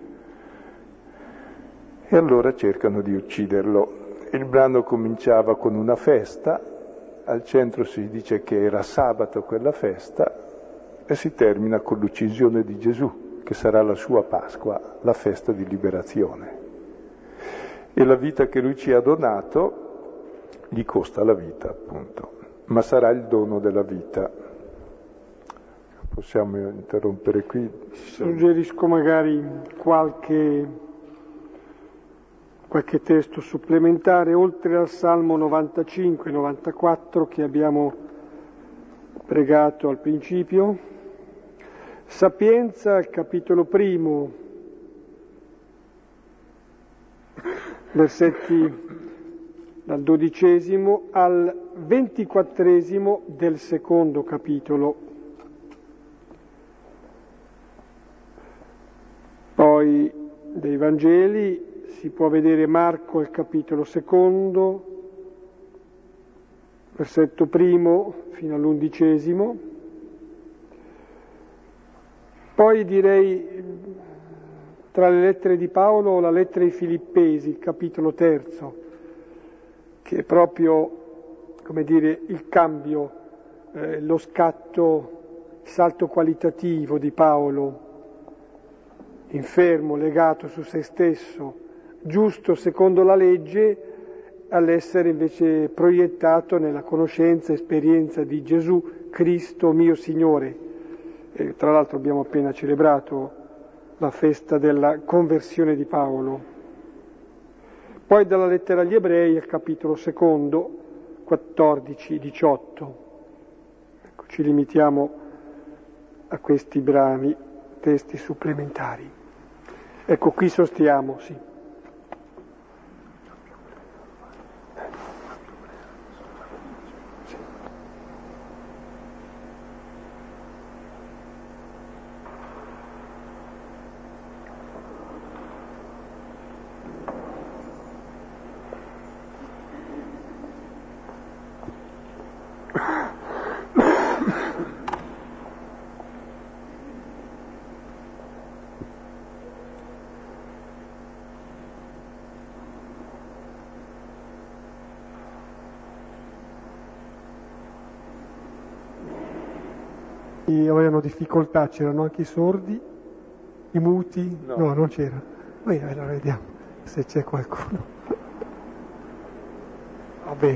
S2: E allora cercano di ucciderlo. Il brano cominciava con una festa, al centro si dice che era sabato quella festa, e si termina con l'uccisione di Gesù, che sarà la sua Pasqua, la festa di liberazione. E la vita che lui ci ha donato gli costa la vita, appunto, ma sarà il dono della vita. Possiamo interrompere qui?
S1: Suggerisco magari qualche... qualche testo supplementare, oltre al Salmo novantacinque novantaquattro che abbiamo pregato al principio. Sapienza, il capitolo primo, versetti dal dodicesimo al ventiquattresimo del secondo capitolo. Poi dei Vangeli si può vedere Marco il capitolo secondo, versetto primo fino all'undicesimo. Poi direi tra le lettere di Paolo la lettera ai Filippesi, il capitolo terzo, che è proprio, come dire, il cambio, eh, lo scatto, il salto qualitativo di Paolo, infermo, legato su se stesso, giusto secondo la legge, all'essere invece proiettato nella conoscenza e esperienza di Gesù Cristo mio Signore. E tra l'altro abbiamo appena celebrato la festa della conversione di Paolo. Poi dalla lettera agli Ebrei al capitolo secondo, quattordici diciotto. Ecco, ci limitiamo a questi brani, testi supplementari. Ecco, qui sostiamo, sì. Avevano difficoltà, c'erano anche i sordi, i muti? No, no non c'era. Poi allora vediamo se c'è qualcuno. Vabbè.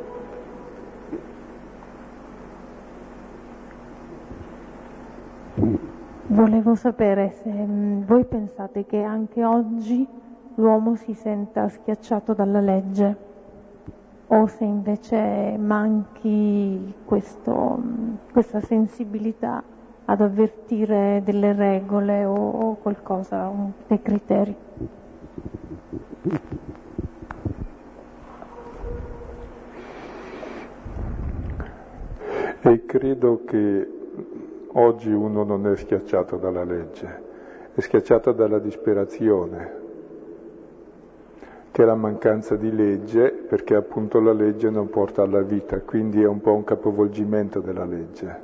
S3: Volevo sapere se mh, voi pensate che anche oggi l'uomo si senta schiacciato dalla legge o se invece manchi questo, questa sensibilità ad avvertire delle regole o, o qualcosa, un, dei criteri.
S2: E credo che oggi uno non è schiacciato dalla legge, è schiacciato dalla disperazione, che è la mancanza di legge, perché appunto la legge non porta alla vita, quindi è un po' un capovolgimento della legge.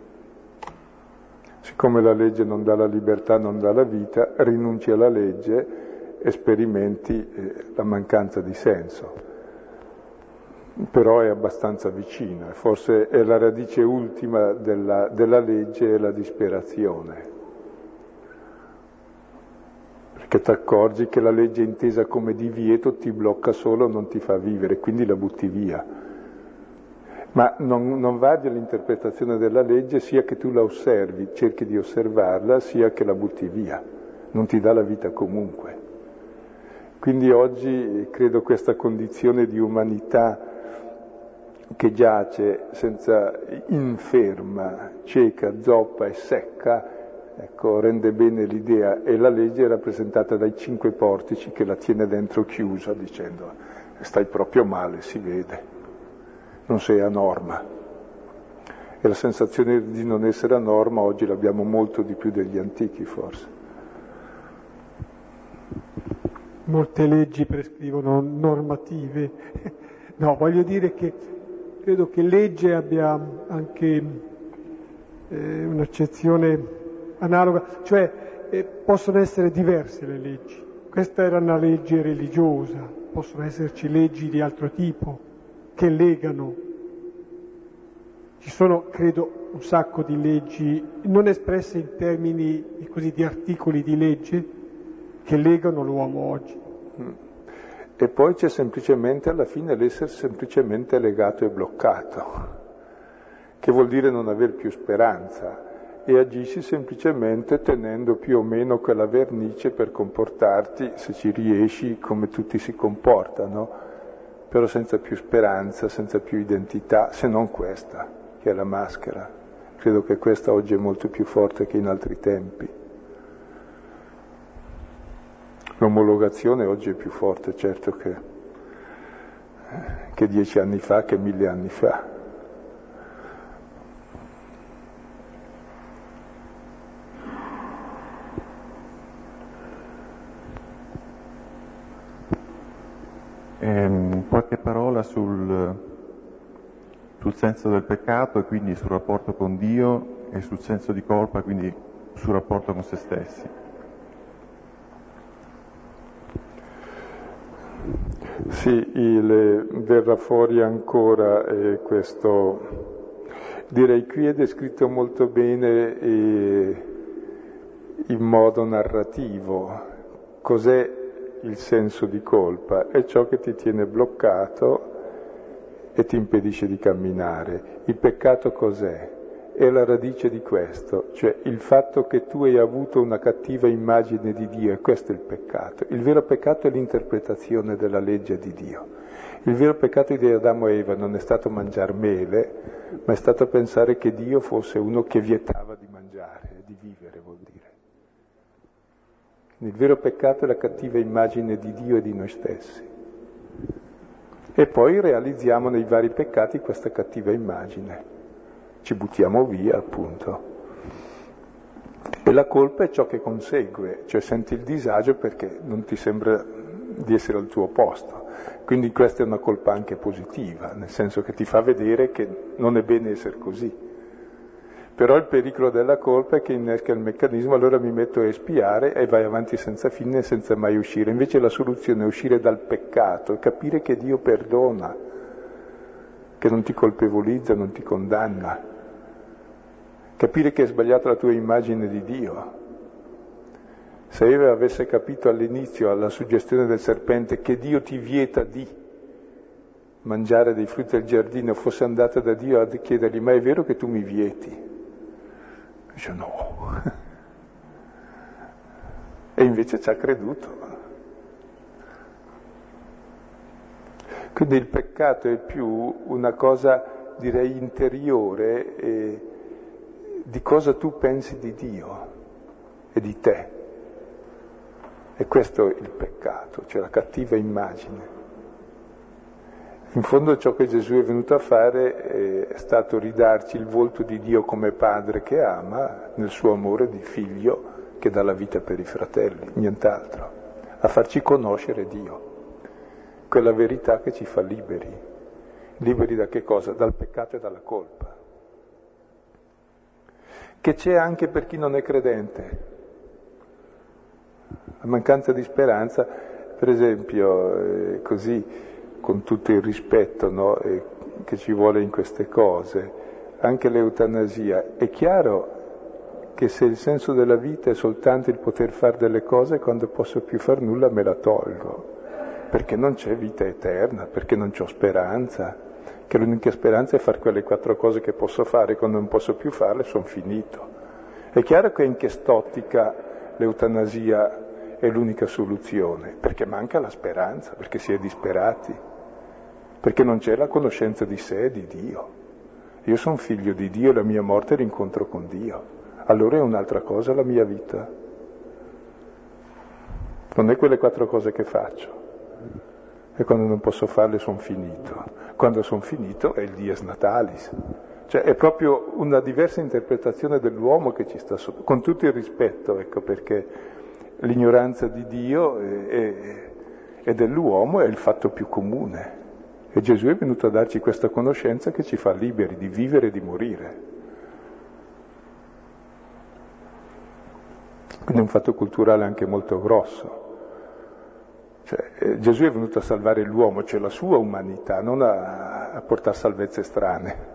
S2: Siccome la legge non dà la libertà, non dà la vita, rinunci alla legge e sperimenti eh, la mancanza di senso. Però è abbastanza vicina, forse è la radice ultima della, della legge è la disperazione. Perché ti accorgi che la legge intesa come divieto ti blocca solo, non ti fa vivere, quindi la butti via. Ma non, non va dell'interpretazione della legge sia che tu la osservi, cerchi di osservarla, sia che la butti via, non ti dà la vita comunque. Quindi oggi credo questa condizione di umanità che giace senza, inferma, cieca, zoppa e secca, ecco, rende bene l'idea, e la legge è rappresentata dai cinque portici che la tiene dentro chiusa, dicendo stai proprio male, si vede, non sei a norma. E la sensazione di non essere a norma oggi l'abbiamo molto di più degli antichi, forse.
S1: Molte leggi prescrivono normative. No, voglio dire che credo che legge abbia anche eh, un'accezione analoga, cioè eh, possono essere diverse le leggi. Questa era una legge religiosa, possono esserci leggi di altro tipo che legano. Ci sono, credo, un sacco di leggi non espresse in termini così di articoli di legge che legano l'uomo oggi.
S2: E poi c'è semplicemente alla fine l'essere semplicemente legato e bloccato, che vuol dire non aver più speranza. E agisci semplicemente tenendo più o meno quella vernice per comportarti, se ci riesci, come tutti si comportano, però senza più speranza, senza più identità, se non questa, che è la maschera. Credo che questa oggi è molto più forte che in altri tempi. L'omologazione oggi è più forte, certo, che, che dieci anni fa, che mille anni fa.
S4: Ehm, qualche parola sul, sul senso del peccato e quindi sul rapporto con Dio, e sul senso di colpa, quindi sul rapporto con se stessi.
S2: Sì, il, verrà fuori ancora eh, questo, direi qui è descritto molto bene eh, in modo narrativo. Cos'è il senso di colpa? È ciò che ti tiene bloccato e ti impedisce di camminare. Il peccato cos'è? È la radice di questo, cioè il fatto che tu hai avuto una cattiva immagine di Dio, e questo è il peccato. Il vero peccato è l'interpretazione della legge di Dio. Il vero peccato di Adamo e Eva non è stato mangiar mele, ma è stato pensare che Dio fosse uno che vietava di mangiare, di vivere vuol dire. Il vero peccato è la cattiva immagine di Dio e di noi stessi. E poi realizziamo nei vari peccati questa cattiva immagine. Ci buttiamo via, appunto. E la colpa è ciò che consegue, cioè senti il disagio perché non ti sembra di essere al tuo posto. Quindi questa è una colpa anche positiva, nel senso che ti fa vedere che non è bene essere così. Però il pericolo della colpa è che innesca il meccanismo, allora mi metto a espiare e vai avanti senza fine e senza mai uscire. Invece la soluzione è uscire dal peccato e capire che Dio perdona, che non ti colpevolizza, non ti condanna. Capire che è sbagliata la tua immagine di Dio. Se Eva avesse capito all'inizio, alla suggestione del serpente, che Dio ti vieta di mangiare dei frutti del giardino, fosse andata da Dio a chiedergli: ma è vero che tu mi vieti? Dice no. E invece ci ha creduto. Quindi il peccato è più una cosa, direi, interiore e di cosa tu pensi di Dio e di te. E questo è il peccato, cioè la cattiva immagine. In fondo ciò che Gesù è venuto a fare è stato ridarci il volto di Dio come padre che ama, nel suo amore di figlio che dà la vita per i fratelli, nient'altro. A farci conoscere Dio, quella verità che ci fa liberi. Liberi da che cosa? Dal peccato e dalla colpa. Che c'è anche per chi non è credente. La mancanza di speranza, per esempio, eh, così, con tutto il rispetto, no, eh, che ci vuole in queste cose, anche l'eutanasia, è chiaro che se il senso della vita è soltanto il poter fare delle cose, quando posso più far nulla me la tolgo, perché non c'è vita eterna, perché non c'ho speranza, che l'unica speranza è fare quelle quattro cose che posso fare, quando non posso più farle sono finito. È chiaro che in quest'ottica l'eutanasia è l'unica soluzione, perché manca la speranza, perché si è disperati, perché non c'è la conoscenza di sé e di Dio. Io sono figlio di Dio e la mia morte è l'incontro con Dio. Allora è un'altra cosa la mia vita. Non è quelle quattro cose che faccio. E quando non posso farle sono finito. Quando sono finito è il dies natalis. Cioè è proprio una diversa interpretazione dell'uomo che ci sta sotto, con tutto il rispetto, ecco, perché l'ignoranza di Dio e, e dell'uomo è il fatto più comune. E Gesù è venuto a darci questa conoscenza che ci fa liberi di vivere e di morire. Quindi è un fatto culturale anche molto grosso. Cioè, Gesù è venuto a salvare l'uomo, cioè la sua umanità, non a, a portare salvezze strane.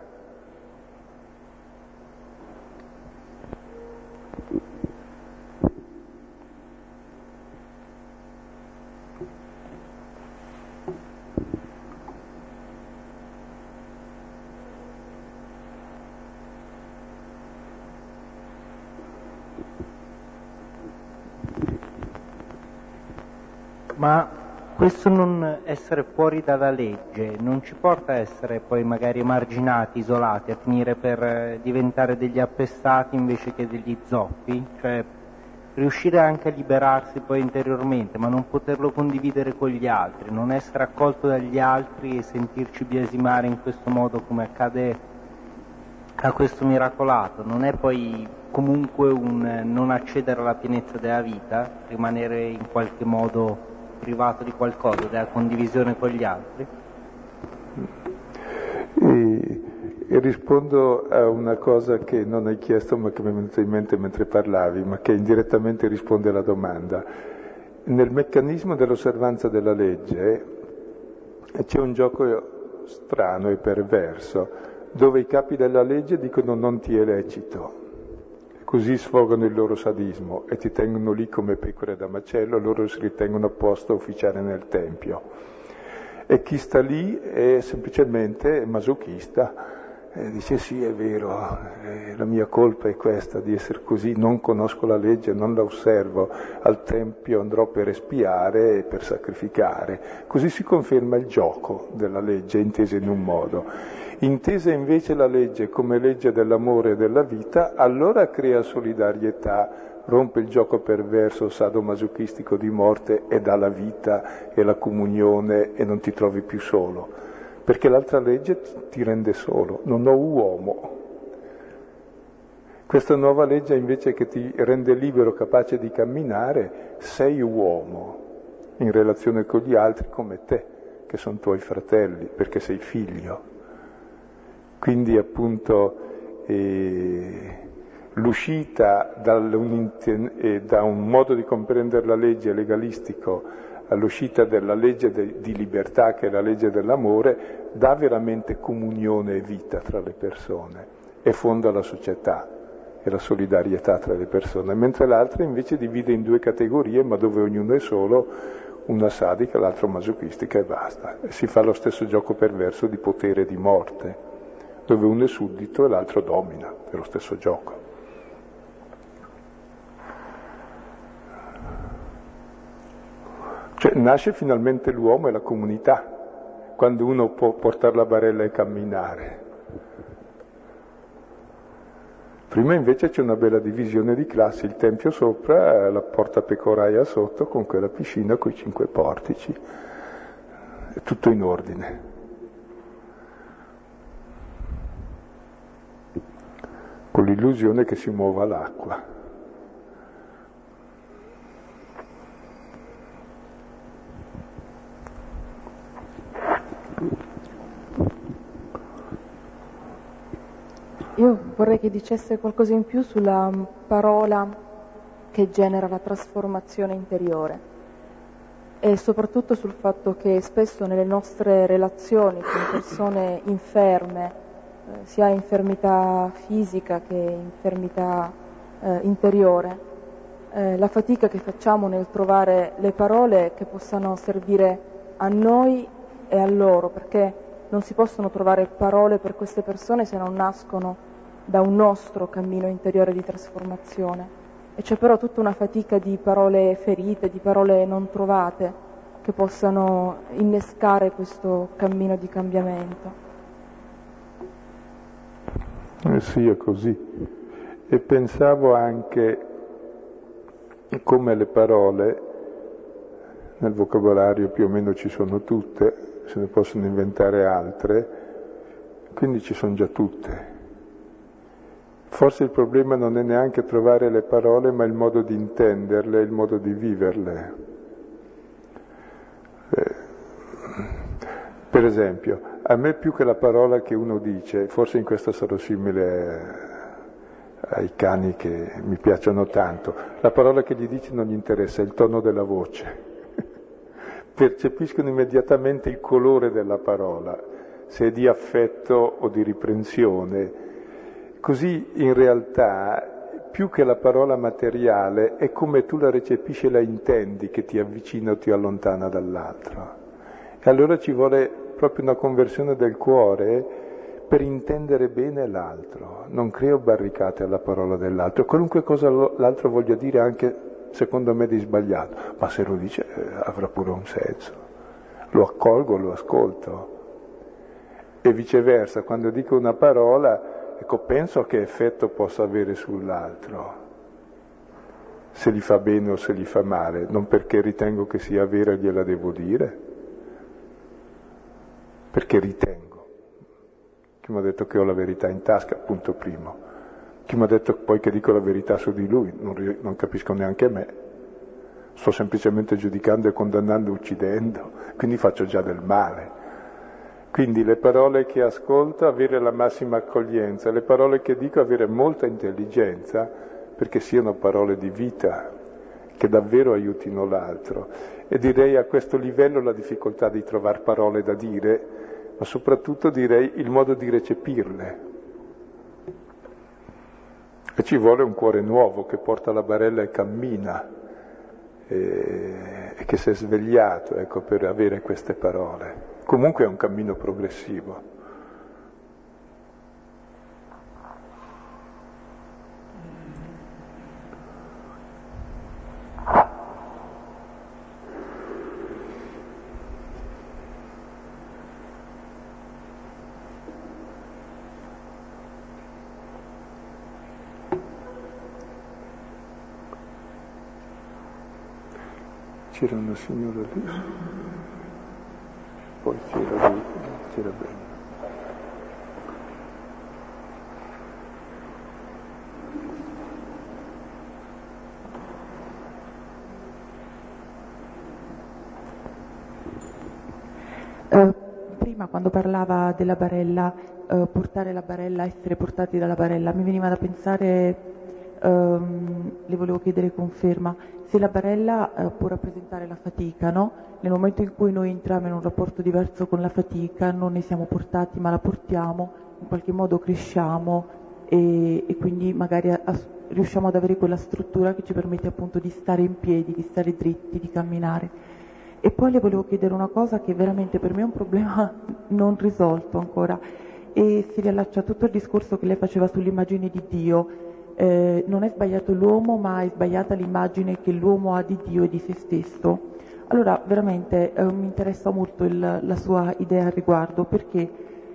S5: Ma questo non essere fuori dalla legge non ci porta a essere poi magari emarginati, isolati, a finire per diventare degli appestati invece che degli zoppi? Cioè riuscire anche a liberarsi poi interiormente, ma non poterlo condividere con gli altri, non essere accolto dagli altri e sentirci biasimare in questo modo come accade a questo miracolato, non è poi comunque un non accedere alla pienezza della vita, rimanere in qualche modo privato di qualcosa, della condivisione con gli altri?
S2: E, e rispondo a una cosa che non hai chiesto ma che mi è venuta in mente mentre parlavi, ma che indirettamente risponde alla domanda. Nel meccanismo dell'osservanza della legge c'è un gioco strano e perverso, dove i capi della legge dicono non ti è lecito. Così sfogano il loro sadismo e ti tengono lì come pecore da macello, loro si ritengono a posto a ufficiare nel tempio. E chi sta lì è semplicemente masochista, e dice sì è vero, eh, la mia colpa è questa di essere così, non conosco la legge, non la osservo, al tempio andrò per espiare e per sacrificare. Così si conferma il gioco della legge intesa in un modo. Intesa invece la legge come legge dell'amore e della vita, allora crea solidarietà, rompe il gioco perverso sadomasochistico di morte e dà la vita e la comunione e non ti trovi più solo, perché l'altra legge ti rende solo, non ho uomo. Questa nuova legge invece che ti rende libero, capace di camminare, sei uomo in relazione con gli altri come te, che sono tuoi fratelli, perché sei figlio. Quindi appunto eh, l'uscita eh, da un modo di comprendere la legge legalistico all'uscita della legge de, di libertà, che è la legge dell'amore, dà veramente comunione e vita tra le persone e fonda la società e la solidarietà tra le persone, mentre l'altra invece divide in due categorie, ma dove ognuno è solo, una sadica, l'altra masochistica e basta. E si fa lo stesso gioco perverso di potere e di morte, dove uno è suddito e l'altro domina, è lo stesso gioco. Cioè nasce finalmente l'uomo e la comunità, quando uno può portare la barella e camminare. Prima invece c'è una bella divisione di classi, il tempio sopra, la porta pecoraia sotto, con quella piscina con i cinque portici, è tutto in ordine. Con l'illusione che si muova l'acqua.
S6: Io vorrei che dicesse qualcosa in più sulla parola che genera la trasformazione interiore e soprattutto sul fatto che spesso nelle nostre relazioni con persone inferme, eh, sia infermità fisica che infermità eh, interiore, eh, la fatica che facciamo nel trovare le parole che possano servire a noi e a loro, perché non si possono trovare parole per queste persone se non nascono da un nostro cammino interiore di trasformazione. E c'è però tutta una fatica di parole ferite, di parole non trovate, che possano innescare questo cammino di cambiamento.
S2: Eh sì, è così. E pensavo anche come le parole, nel vocabolario più o meno ci sono tutte, se ne possono inventare altre, quindi ci sono già tutte. Forse il problema non è neanche trovare le parole, ma il modo di intenderle, il modo di viverle. Eh, per esempio, a me più che la parola che uno dice, forse in questo sarò simile ai cani che mi piacciono tanto, la parola che gli dici non gli interessa, è il tono della voce. Percepiscono immediatamente il colore della parola, se è di affetto o di riprensione. Così in realtà, più che la parola materiale, è come tu la recepisci e la intendi che ti avvicina o ti allontana dall'altro. E allora ci vuole proprio una conversione del cuore per intendere bene l'altro. Non creo barricate alla parola dell'altro, qualunque cosa l'altro voglia dire, anche secondo me di sbagliato, ma se lo dice eh, avrà pure un senso. Lo accolgo, lo ascolto. E viceversa, quando dico una parola, ecco, penso che effetto possa avere sull'altro, se gli fa bene o se gli fa male, non perché ritengo che sia vera gliela devo dire, perché ritengo. Chi mi ha detto che ho la verità in tasca, punto primo. Chi mi ha detto poi che dico la verità su di lui, non, non capisco neanche me. Sto semplicemente giudicando e condannando, uccidendo, quindi faccio già del male. Quindi le parole che ascolto avere la massima accoglienza, le parole che dico avere molta intelligenza, perché siano parole di vita, che davvero aiutino l'altro. E direi a questo livello la difficoltà di trovare parole da dire, ma soprattutto direi il modo di recepirle. E ci vuole un cuore nuovo che porta la barella e cammina, e, e che si è svegliato, ecco, per avere queste parole. Comunque è un cammino progressivo. C'era una signora lì, poi c'era lui, c'era bene.
S7: Uh, prima quando parlava della barella, uh, portare la barella, essere portati dalla barella, mi veniva da pensare, um, le volevo chiedere conferma, se la barella uh, può rappresentare la fatica, no? Nel momento in cui noi entriamo in un rapporto diverso con la fatica, non ne siamo portati ma la portiamo, in qualche modo cresciamo e, e quindi magari a, a, riusciamo ad avere quella struttura che ci permette appunto di stare in piedi, di stare dritti, di camminare. E poi le volevo chiedere una cosa che veramente per me è un problema non risolto ancora e si riallaccia a tutto il discorso che lei faceva sull'immagine di Dio. Eh, non è sbagliato l'uomo, ma è sbagliata l'immagine che l'uomo ha di Dio e di se stesso. Allora veramente eh, mi interessa molto il, la sua idea al riguardo, perché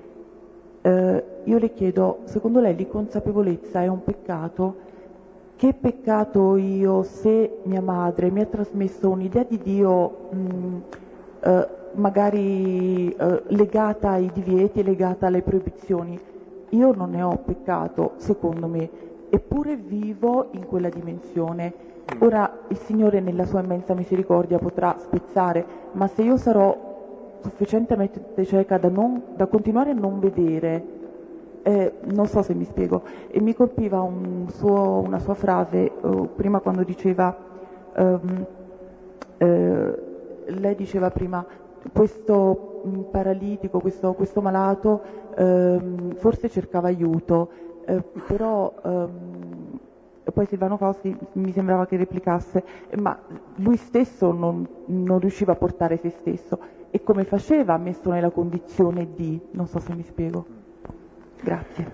S7: eh, io le chiedo, secondo lei l'inconsapevolezza è un peccato? Che peccato io se mia madre mi ha trasmesso un'idea di Dio mh, eh, magari eh, legata ai divieti, legata alle proibizioni. Io non ne ho peccato, secondo me, eppure vivo in quella dimensione. Ora il Signore nella sua immensa misericordia potrà spezzare, ma se io sarò sufficientemente cieca da, non, da continuare a non vedere, Eh, non so se mi spiego, e mi colpiva un suo, una sua frase uh, prima quando diceva, um, eh, lei diceva prima, questo um, paralitico, questo, questo malato um, forse cercava aiuto, eh, però um, poi Silvano Fausti mi sembrava che replicasse, ma lui stesso non, non riusciva a portare se stesso, e come faceva messo nella condizione di, non so se mi spiego. Grazie.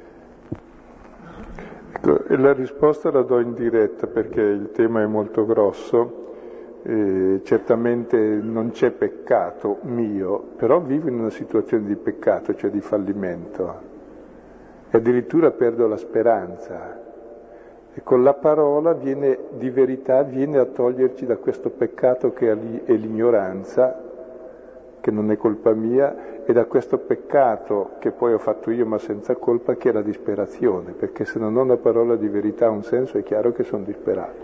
S2: Ecco, e la risposta la do in diretta perché il tema è molto grosso. Eh, certamente non c'è peccato mio, però vivo in una situazione di peccato, cioè di fallimento. E addirittura perdo la speranza. E con la parola viene, di verità viene a toglierci da questo peccato che è l'ignoranza, che non è colpa mia, e da questo peccato che poi ho fatto io ma senza colpa, che è la disperazione, perché se non ho una parola di verità ha un senso, è chiaro che sono disperato.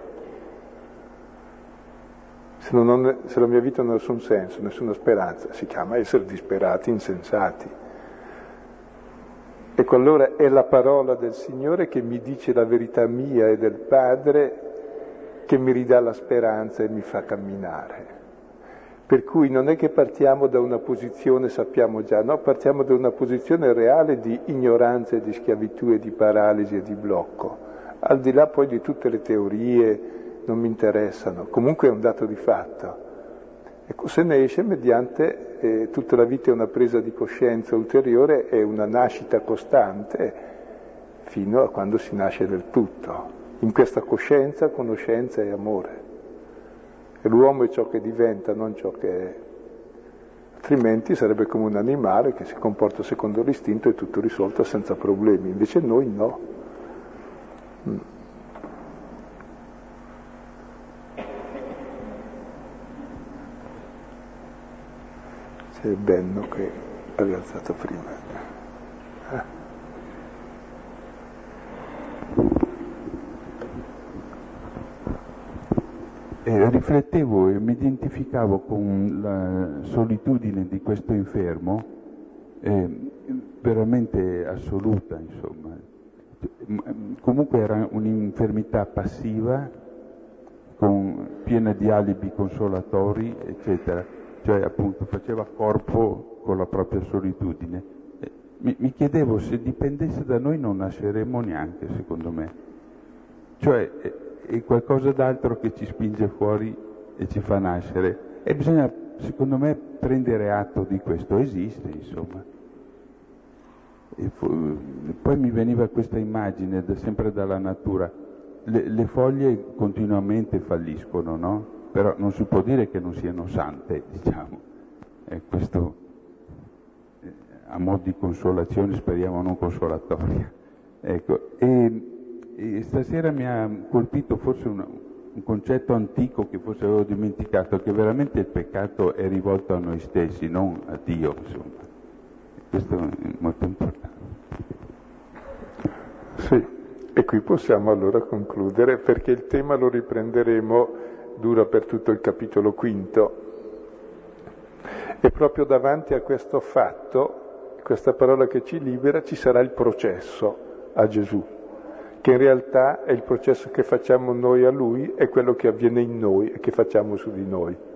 S2: Se, non ho, se la mia vita non ha nessun senso, nessuna speranza, si chiama essere disperati, insensati. Ecco, allora è la parola del Signore che mi dice la verità mia e del Padre, che mi ridà la speranza e mi fa camminare. Per cui non è che partiamo da una posizione, sappiamo già, no, partiamo da una posizione reale di ignoranza e di schiavitù e di paralisi e di blocco. Al di là poi di tutte le teorie, non mi interessano, comunque è un dato di fatto. Ecco, se ne esce mediante, eh, tutta la vita è una presa di coscienza ulteriore, è una nascita costante, fino a quando si nasce del tutto. In questa coscienza, conoscenza e amore. E l'uomo è ciò che diventa, non ciò che è. Altrimenti sarebbe come un animale che si comporta secondo l'istinto e tutto risolto senza problemi. Invece noi no. Mm. C'è Benno che aveva alzato prima. Ah.
S8: Eh, riflettevo e mi identificavo con la solitudine di questo infermo, eh, veramente assoluta, insomma. Comunque era un'infermità passiva, con, piena di alibi consolatori, eccetera. Cioè, appunto, faceva corpo con la propria solitudine. Eh, mi, mi chiedevo se dipendesse da noi non nasceremmo neanche, secondo me. Cioè, eh, è qualcosa d'altro che ci spinge fuori e ci fa nascere, e bisogna, secondo me, prendere atto di questo. Esiste, insomma. E fu, poi mi veniva questa immagine da, sempre dalla natura, le, le foglie continuamente falliscono, no? Però non si può dire che non siano sante, diciamo, e questo eh, a mo' di consolazione, speriamo non consolatoria. Ecco, e, E stasera mi ha colpito forse una, un concetto antico che forse avevo dimenticato, che veramente il peccato è rivolto a noi stessi, non a Dio, insomma. Questo è molto importante.
S2: Sì, e qui possiamo allora concludere, perché il tema lo riprenderemo, dura per tutto il capitolo quinto. E proprio davanti a questo fatto, questa parola che ci libera, ci sarà il processo a Gesù, che in realtà è il processo che facciamo noi a Lui, è quello che avviene in noi e che facciamo su di noi.